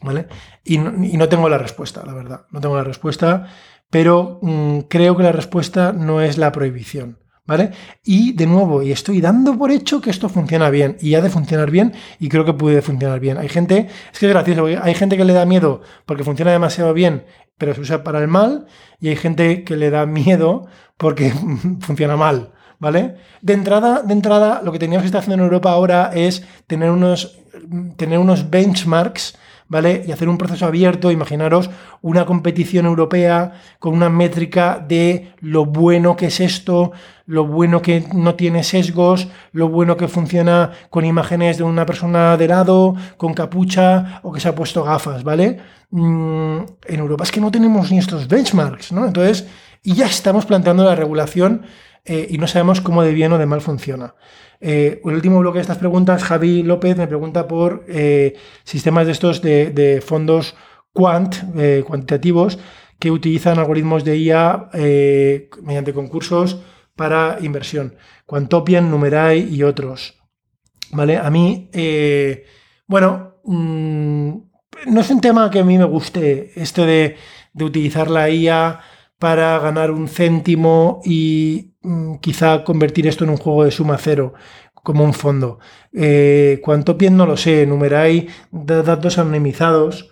¿vale? Y no, y no tengo la respuesta, la verdad, no tengo la respuesta, pero mmm, creo que la respuesta no es la prohibición, ¿vale? Y de nuevo, y estoy dando por hecho que esto funciona bien, y ha de funcionar bien, y creo que puede funcionar bien. Hay gente, es que es gracioso, hay gente que le da miedo porque funciona demasiado bien, pero se usa para el mal, y hay gente que le da miedo porque funciona mal, ¿vale? De entrada, de entrada, lo que teníamos que estar haciendo en Europa ahora es tener unos, tener unos benchmarks, ¿vale? Y hacer un proceso abierto. Imaginaros una competición europea con una métrica de lo bueno que es esto, lo bueno que no tiene sesgos, lo bueno que funciona con imágenes de una persona de lado, con capucha o que se ha puesto gafas, ¿vale? Mm, en Europa es que no tenemos ni estos benchmarks, ¿no? Entonces, y ya estamos planteando la regulación eh, y no sabemos cómo de bien o de mal funciona. Eh, el último bloque de estas preguntas, Javi López me pregunta por eh, sistemas de estos de, de fondos quant, eh, cuantitativos, que utilizan algoritmos de I A eh, mediante concursos para inversión. Quantopian, Numerai y otros. ¿Vale? A mí, eh, bueno, mmm, no es un tema que a mí me guste, esto de, de utilizar la I A para ganar un céntimo y mmm, quizá convertir esto en un juego de suma cero, como un fondo. Eh, Quantopian no lo sé, Numerai, datos anonimizados,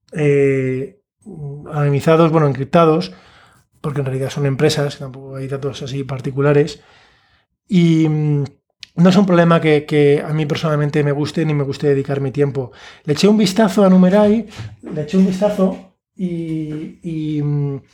eh, anonimizados, bueno, encriptados, porque en realidad son empresas, tampoco hay datos así particulares, y mmm, no es un problema que, que a mí personalmente me guste ni me guste dedicar mi tiempo. Le eché un vistazo a Numerai, le eché un vistazo y... y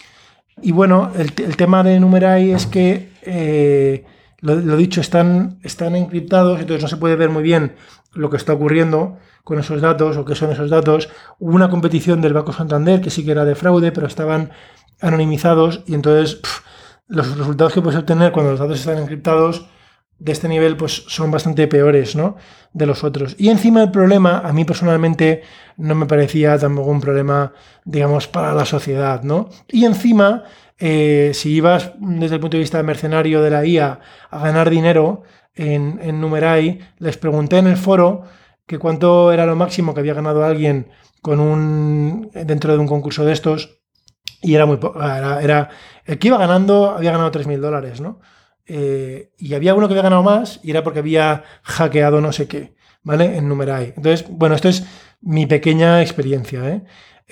Y bueno, el, el tema de Numerai es que, eh, lo, lo dicho, están, están encriptados, entonces no se puede ver muy bien lo que está ocurriendo con esos datos o qué son esos datos. Hubo una competición del Banco Santander que sí que era de fraude, pero estaban anonimizados y entonces pff, los resultados que puedes obtener cuando los datos están encriptados de este nivel pues son bastante peores, ¿no?, de los otros. Y encima el problema, a mí personalmente no me parecía tampoco un problema, digamos, para la sociedad, ¿no? Y encima, eh, si ibas desde el punto de vista mercenario de la I A a ganar dinero en, en Numerai, les pregunté en el foro que cuánto era lo máximo que había ganado alguien con un dentro de un concurso de estos, y era muy poco, era, era el que iba ganando había ganado tres mil dólares, ¿no? Eh, y había uno que había ganado más y era porque había hackeado no sé qué, ¿vale? En Numerai. Entonces, bueno, esto es mi pequeña experiencia, ¿eh?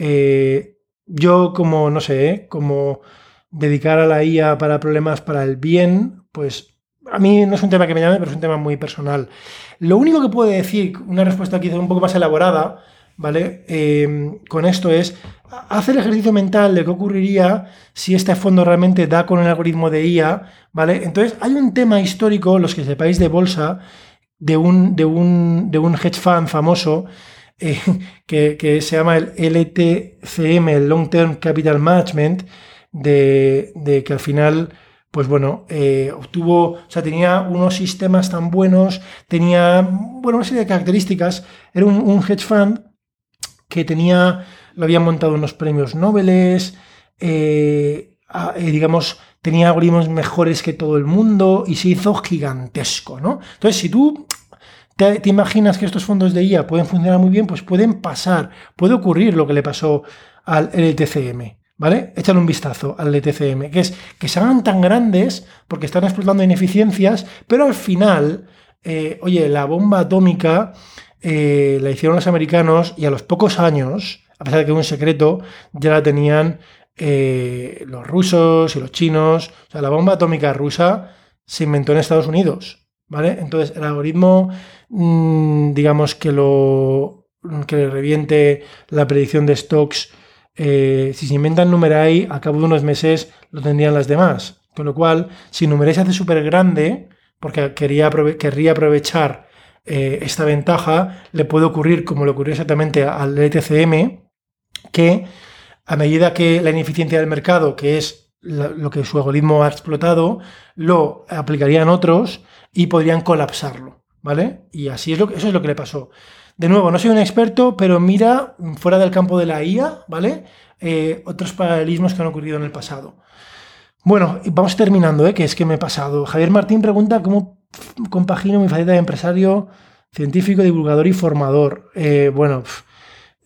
Eh, yo como, no sé, ¿eh? Como dedicar a la I A para problemas para el bien, pues a mí no es un tema que me llame, pero es un tema muy personal. Lo único que puedo decir, una respuesta quizá un poco más elaborada, ¿vale? Eh, con esto es, haz el ejercicio mental de qué ocurriría si este fondo realmente da con el algoritmo de I A, ¿vale? Entonces, hay un tema histórico, los que sepáis de bolsa, de un, de un, de un hedge fund famoso, eh, que, que se llama el L T C M, el Long Term Capital Management, de, de que al final... pues bueno, eh, obtuvo, o sea, tenía unos sistemas tan buenos, tenía, bueno, una serie de características. Era un, un hedge fund que tenía, lo habían montado unos premios Nobel, eh, eh, digamos, tenía algoritmos mejores que todo el mundo y se hizo gigantesco, ¿no? Entonces, si tú te, te imaginas que estos fondos de I A pueden funcionar muy bien, pues pueden pasar, puede ocurrir lo que le pasó al L T C M. ¿Vale? Échale un vistazo al L T C M, que es que se hagan tan grandes porque están explotando ineficiencias, pero al final, eh, oye, la bomba atómica eh, la hicieron los americanos y a los pocos años, a pesar de que es un secreto, ya la tenían eh, los rusos y los chinos. O sea, la bomba atómica rusa se inventó en Estados Unidos, ¿vale? Entonces, el algoritmo, mmm, digamos, que lo que le reviente la predicción de stocks. Eh, si se inventan Numerai, a cabo de unos meses lo tendrían las demás. Con lo cual, si Numerai se hace súper grande, porque quería, querría aprovechar eh, esta ventaja, le puede ocurrir como le ocurrió exactamente al L T C M, que a medida que la ineficiencia del mercado, que es la, lo que su algoritmo ha explotado, lo aplicarían otros y podrían colapsarlo, ¿vale? Y así es lo que, eso es lo que le pasó. De nuevo, no soy un experto, pero mira, fuera del campo de la I A, ¿vale? Eh, otros paralelismos que han ocurrido en el pasado. Bueno, vamos terminando, ¿eh? Que es que me he pasado. Javier Martín pregunta cómo compagino mi faceta de empresario, científico, divulgador y formador. Eh, bueno,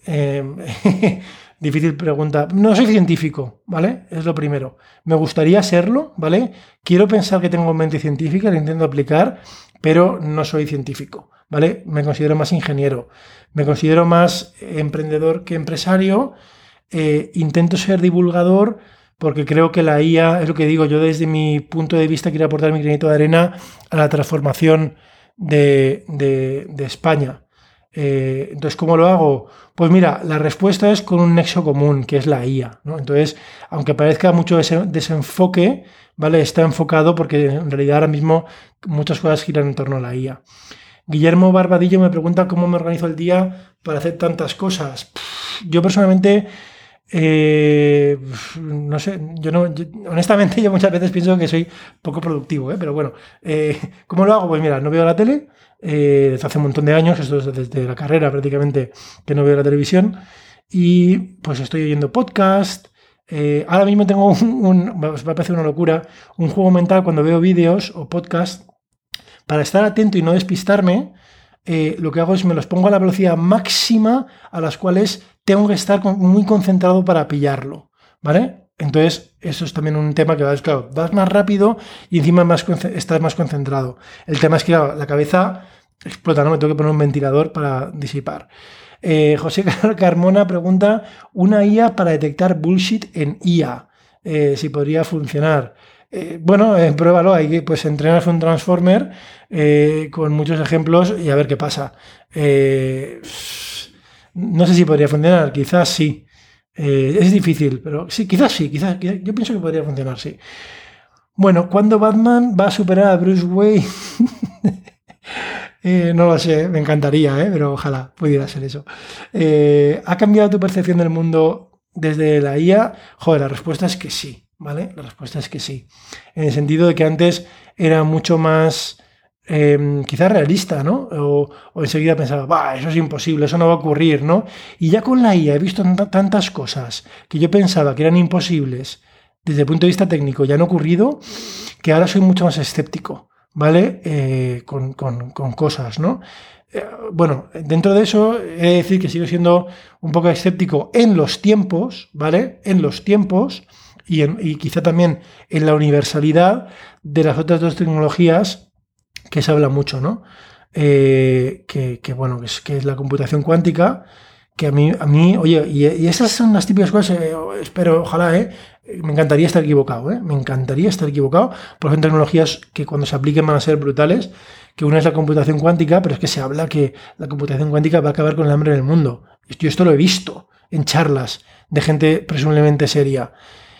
Eh, difícil pregunta. No soy científico, ¿vale? Es lo primero. Me gustaría serlo, ¿vale? Quiero pensar que tengo mente científica, lo intento aplicar, pero no soy científico, ¿vale? Me considero más ingeniero, me considero más emprendedor que empresario. Eh, intento ser divulgador porque creo que la I A, es lo que digo, yo desde mi punto de vista quiero aportar mi granito de arena a la transformación de, de, de España. Eh, entonces, ¿cómo lo hago? Pues mira, la respuesta es con un nexo común, que es la I A, ¿no? Entonces, aunque parezca mucho ese desenfoque, ¿vale? Está enfocado porque en realidad ahora mismo muchas cosas giran en torno a la I A. Guillermo Barbadillo me pregunta cómo me organizo el día para hacer tantas cosas. Pff, yo personalmente, eh, no sé, yo no, yo, honestamente yo muchas veces pienso que soy poco productivo, ¿eh? Pero bueno, eh, ¿cómo lo hago? Pues mira, no veo la tele. Eh, desde hace un montón de años, esto es desde la carrera prácticamente que no veo la televisión, y pues estoy oyendo podcast. Eh, ahora mismo tengo un, un, os va a parecer una locura, un juego mental cuando veo vídeos o podcast, para estar atento y no despistarme. Eh, lo que hago es me los pongo a la velocidad máxima a las cuales tengo que estar muy concentrado para pillarlo, ¿vale? Entonces, eso es también un tema que vas, claro, vas más rápido y encima más, estás más concentrado. El tema es que claro, la cabeza explota, ¿no? Me tengo que poner un ventilador para disipar. Eh, José Carmona pregunta, ¿una I A para detectar bullshit en I A? Eh, si podría funcionar. Eh, bueno, eh, pruébalo, hay que pues entrenar un transformer eh, con muchos ejemplos y a ver qué pasa. Eh, no sé si podría funcionar, quizás sí. Eh, es difícil, pero sí, quizás sí, quizás, quizás, yo pienso que podría funcionar, sí. Bueno, ¿cuándo Batman va a superar a Bruce Wayne? eh, no lo sé, me encantaría, ¿eh? Pero ojalá pudiera ser eso. Eh, ¿Ha cambiado tu percepción del mundo desde la I A? Joder, la respuesta es que sí, ¿vale? La respuesta es que sí. En el sentido de que antes era mucho más... Eh, quizás realista, ¿no? O, o enseguida pensaba, bah, eso es imposible, eso no va a ocurrir, ¿no? Y ya con la I A he visto t- tantas cosas que yo pensaba que eran imposibles desde el punto de vista técnico y han ocurrido, que ahora soy mucho más escéptico, ¿vale? Eh, con, con, con cosas, ¿no? Eh, bueno, dentro de eso he de decir que sigo siendo un poco escéptico en los tiempos, ¿vale? En los tiempos y, en, y quizá también en la universalidad de las otras dos tecnologías que se habla mucho, ¿no? Eh, que, que, bueno, que es, que es la computación cuántica, que a mí, a mí oye, y, y esas son las típicas cosas, eh, espero, ojalá, eh, me encantaría estar equivocado, eh, me encantaría estar equivocado, porque son tecnologías que cuando se apliquen van a ser brutales, que una es la computación cuántica, pero es que se habla que la computación cuántica va a acabar con el hambre en el mundo. Yo esto lo he visto en charlas de gente presumiblemente seria.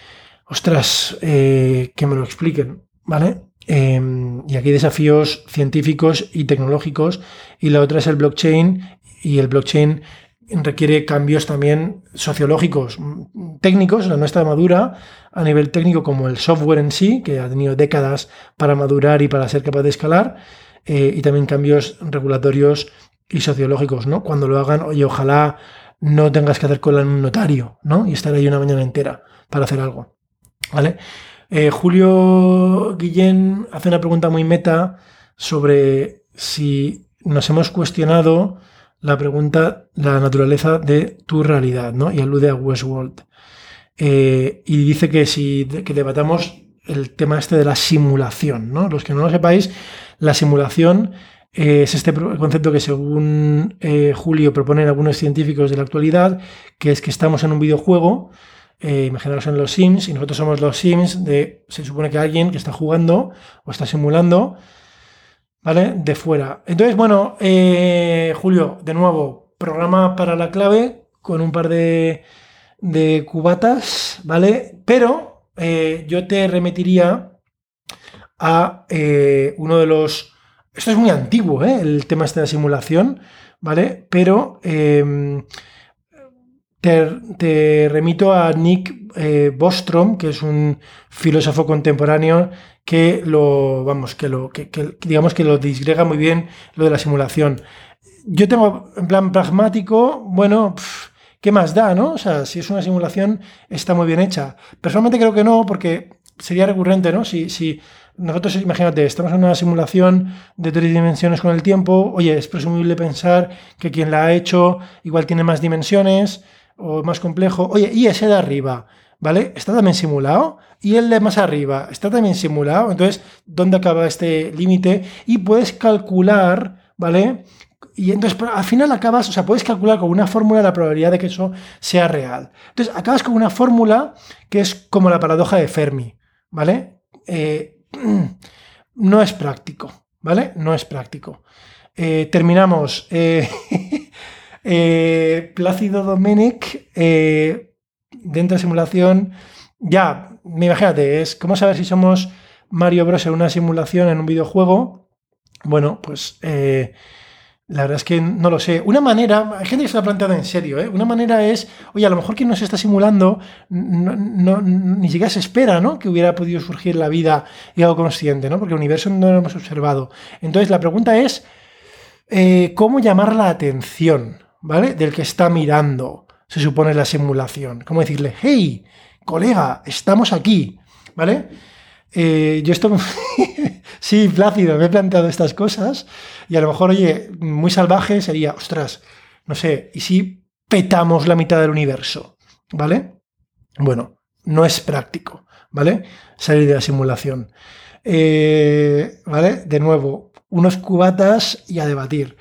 Ostras, eh, que me lo expliquen, ¿vale? Eh, y aquí desafíos científicos y tecnológicos, y la otra es el blockchain, y el blockchain requiere cambios también sociológicos, técnicos, no está madura a nivel técnico como el software en sí, que ha tenido décadas para madurar y para ser capaz de escalar, eh, y también cambios regulatorios y sociológicos, ¿no? Cuando lo hagan, oye, ojalá no tengas que hacer cola en un notario, ¿no? Y estar ahí una mañana entera para hacer algo, ¿vale? Eh, Julio Guillén hace una pregunta muy meta sobre si nos hemos cuestionado la pregunta, la naturaleza de tu realidad, ¿no? Y alude a Westworld. Eh, y dice que si que debatamos el tema este de la simulación, ¿no? Los que no lo sepáis, la simulación eh, es este concepto que según eh, Julio proponen algunos científicos de la actualidad, que es que estamos en un videojuego. Eh, imaginaros en los Sims, y nosotros somos los Sims de, se supone que alguien que está jugando o está simulando, ¿vale? De fuera. Entonces, bueno, eh, Julio, de nuevo, programa para la clave con un par de, de cubatas, ¿vale? Pero eh, yo te remitiría a eh, uno de los... Esto es muy antiguo, ¿eh? El tema este de la simulación, ¿vale? Pero... Eh, Te, te remito a Nick eh, Bostrom, que es un filósofo contemporáneo que lo, vamos, que lo, que, que digamos que lo disgrega muy bien lo de la simulación. Yo tengo, en plan pragmático, bueno, pff, ¿qué más da, no? O sea, si es una simulación, está muy bien hecha. Personalmente creo que no, porque sería recurrente, ¿no? Si, si nosotros, imagínate, estamos en una simulación de tres dimensiones con el tiempo. Oye, es presumible pensar que quien la ha hecho igual tiene más dimensiones o más complejo. Oye, y ese de arriba, ¿vale? ¿Está también simulado? Y el de más arriba, ¿está también simulado? Entonces, ¿dónde acaba este límite? Y puedes calcular, ¿vale? Y entonces, al final acabas, o sea, puedes calcular con una fórmula la probabilidad de que eso sea real. Entonces, acabas con una fórmula que es como la paradoja de Fermi, ¿vale? Eh, no es práctico, ¿vale? No es práctico. Eh, terminamos. Eh, eh, Plácido Domenech, eh, dentro de simulación, ya, imagínate, es como saber si somos Mario Bros en una simulación, en un videojuego. Bueno, pues eh, la verdad es que no lo sé. Una manera, hay gente que se lo ha planteado en serio, ¿eh? Una manera es, oye, a lo mejor quien nos está simulando no, no, ni siquiera se espera, ¿no?, que hubiera podido surgir la vida y algo consciente, ¿no? Porque el universo no lo hemos observado. Entonces la pregunta es, eh, ¿cómo llamar la atención, ¿vale?, del que está mirando, se supone, la simulación? ¿Cómo decirle, hey, colega, estamos aquí, ¿vale? Eh, yo esto... Sí, Plácido, me he planteado estas cosas y a lo mejor, oye, muy salvaje sería, ostras, no sé, ¿y si petamos la mitad del universo? ¿Vale? Bueno, no es práctico, ¿vale? Salir de la simulación. Eh, ¿Vale? De nuevo, unos cubatas y a debatir.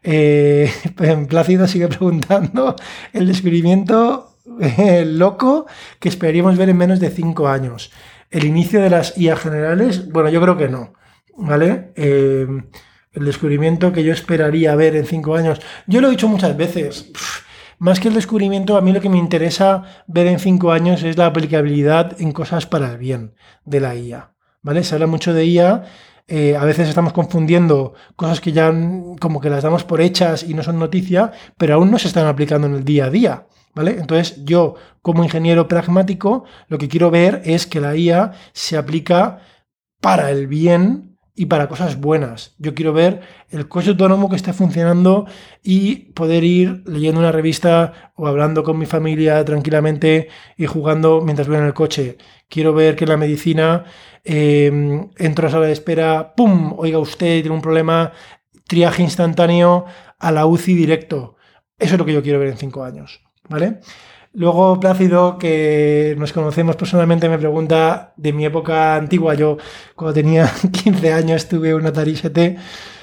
Eh, Plácido sigue preguntando el descubrimiento eh, loco que esperaríamos ver en menos de cinco años. El inicio de las I A generales, bueno, yo creo que no, ¿vale? Eh, el descubrimiento que yo esperaría ver en cinco años, yo lo he dicho muchas veces, pff, más que el descubrimiento, a mí lo que me interesa ver en cinco años es la aplicabilidad en cosas para el bien de la I A, ¿vale? Se habla mucho de I A, eh, a veces estamos confundiendo cosas que ya como que las damos por hechas y no son noticia, pero aún no se están aplicando en el día a día, ¿vale? Entonces yo, como ingeniero pragmático, lo que quiero ver es que la I A se aplica para el bien y para cosas buenas. Yo quiero ver el coche autónomo que esté funcionando y poder ir leyendo una revista o hablando con mi familia tranquilamente y jugando mientras voy en el coche. Quiero ver que la medicina, eh, entro a la sala de espera, ¡pum!, oiga usted, tiene un problema, triaje instantáneo a la U C I directo. Eso es lo que yo quiero ver en cinco años, ¿vale? Luego Plácido, que nos conocemos personalmente, me pregunta de mi época antigua. Yo, cuando tenía quince años, tuve un Atari S T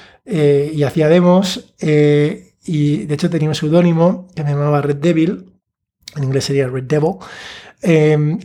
eh, y hacía demos. Eh, y de hecho tenía un seudónimo que me llamaba Red Devil. En inglés sería Red Devil. Eh,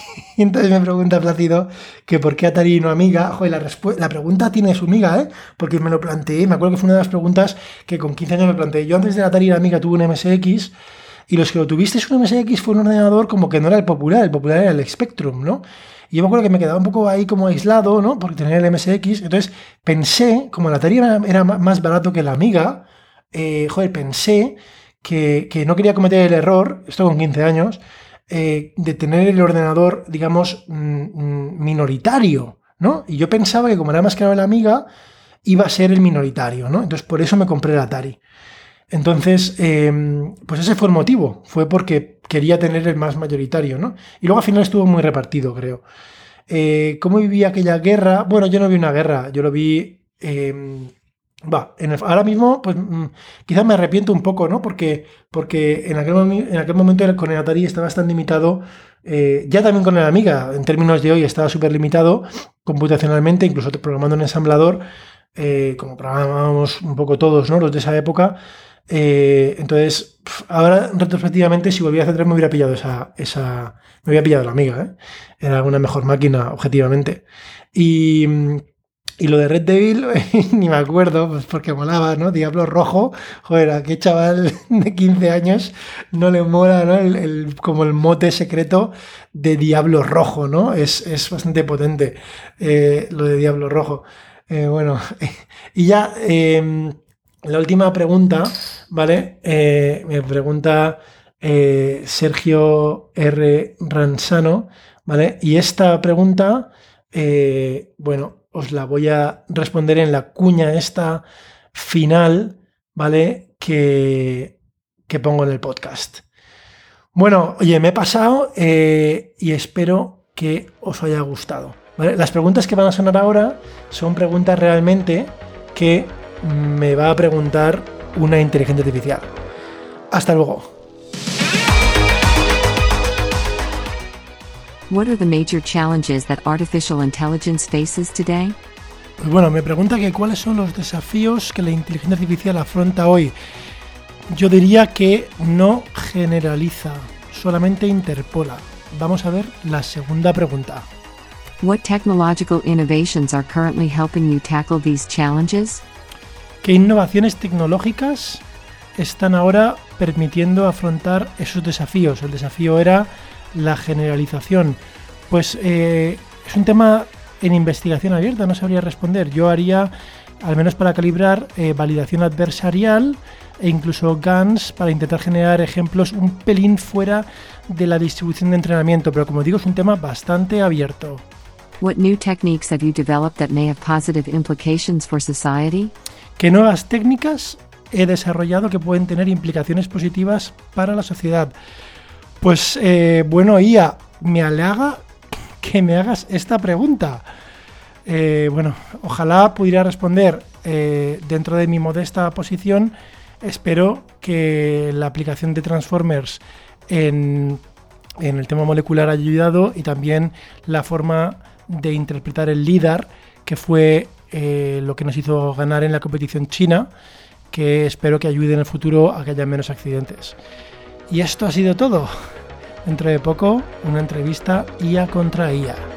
y entonces me pregunta Plácido que por qué Atari y no Amiga. Joder, la, respu- la pregunta tiene su miga, ¿eh? Porque me lo planteé. Me acuerdo que fue una de las preguntas que con quince años me planteé. Yo antes de Atari y la Amiga tuve un M S X. Y los que lo tuvisteis un M S X fue un ordenador como que no era el popular, el popular era el Spectrum, ¿no? Y yo me acuerdo que me quedaba un poco ahí como aislado, ¿no?, porque tenía el M S X. Entonces pensé, como el Atari era, era más barato que la Amiga, eh, joder, pensé que, que no quería cometer el error, esto con quince años, eh, de tener el ordenador, digamos, mm, minoritario, ¿no? Y yo pensaba que como era más caro la Amiga, iba a ser el minoritario, ¿no? Entonces por eso me compré el Atari. Entonces, eh, pues ese fue el motivo, fue porque quería tener el más mayoritario, ¿no? Y luego al final estuvo muy repartido, creo. Eh, ¿Cómo viví aquella guerra? Bueno, yo no vi una guerra, yo lo vi... Eh, va, en el, ahora mismo, pues quizás me arrepiento un poco, ¿no? Porque, porque en, aquel, en aquel momento con el Atari estaba bastante limitado, eh, ya también con el Amiga, en términos de hoy estaba súper limitado computacionalmente, incluso programando en ensamblador, eh, como programábamos un poco todos, ¿no?, los de esa época. Eh, entonces, pf, ahora retrospectivamente, si volviera a hacer, me hubiera pillado esa, esa me hubiera pillado la Amiga, ¿eh? Era una mejor máquina, objetivamente. Y, y lo de Red Devil, ni me acuerdo, pues porque molaba, ¿no? Diablo Rojo, joder, a qué chaval de quince años no le mola, ¿no?, el, el, como el mote secreto de Diablo Rojo, ¿no? Es, es bastante potente, eh, lo de Diablo Rojo. Eh, bueno, y ya... Eh, la última pregunta, ¿vale? Eh, me pregunta eh, Sergio R. Ransano, ¿vale? Y esta pregunta, eh, bueno, os la voy a responder en la cuña esta final, ¿vale?, que, que pongo en el podcast. Bueno, oye, me he pasado eh, y espero que os haya gustado. ¿Vale? Las preguntas que van a sonar ahora son preguntas realmente que me va a preguntar una inteligencia artificial. Hasta luego. What are the major challenges that artificial intelligence faces today? Pues bueno, me pregunta que cuáles son los desafíos que la inteligencia artificial afronta hoy. Yo diría que no generaliza, solamente interpola. Vamos a ver la segunda pregunta. What technological innovations are currently helping you tackle these challenges? ¿Qué innovaciones tecnológicas están ahora permitiendo afrontar esos desafíos? El desafío era la generalización. Pues eh, es un tema en investigación abierta, no sabría responder. Yo haría, al menos para calibrar, eh, validación adversarial e incluso G A N s para intentar generar ejemplos un pelín fuera de la distribución de entrenamiento, pero como digo, es un tema bastante abierto. What new techniques have you developed that may have positive implications for society? ¿Qué nuevas técnicas he desarrollado que pueden tener implicaciones positivas para la sociedad? Pues eh, bueno, I A, me halaga que me hagas esta pregunta. Eh, bueno, ojalá pudiera responder eh, dentro de mi modesta posición. Espero que la aplicación de Transformers en, en el tema molecular haya ayudado, y también la forma de interpretar el LIDAR, que fue eh, lo que nos hizo ganar en la competición china, que espero que ayude en el futuro a que haya menos accidentes. Y esto ha sido todo. Dentro de poco, una entrevista I A contra I A.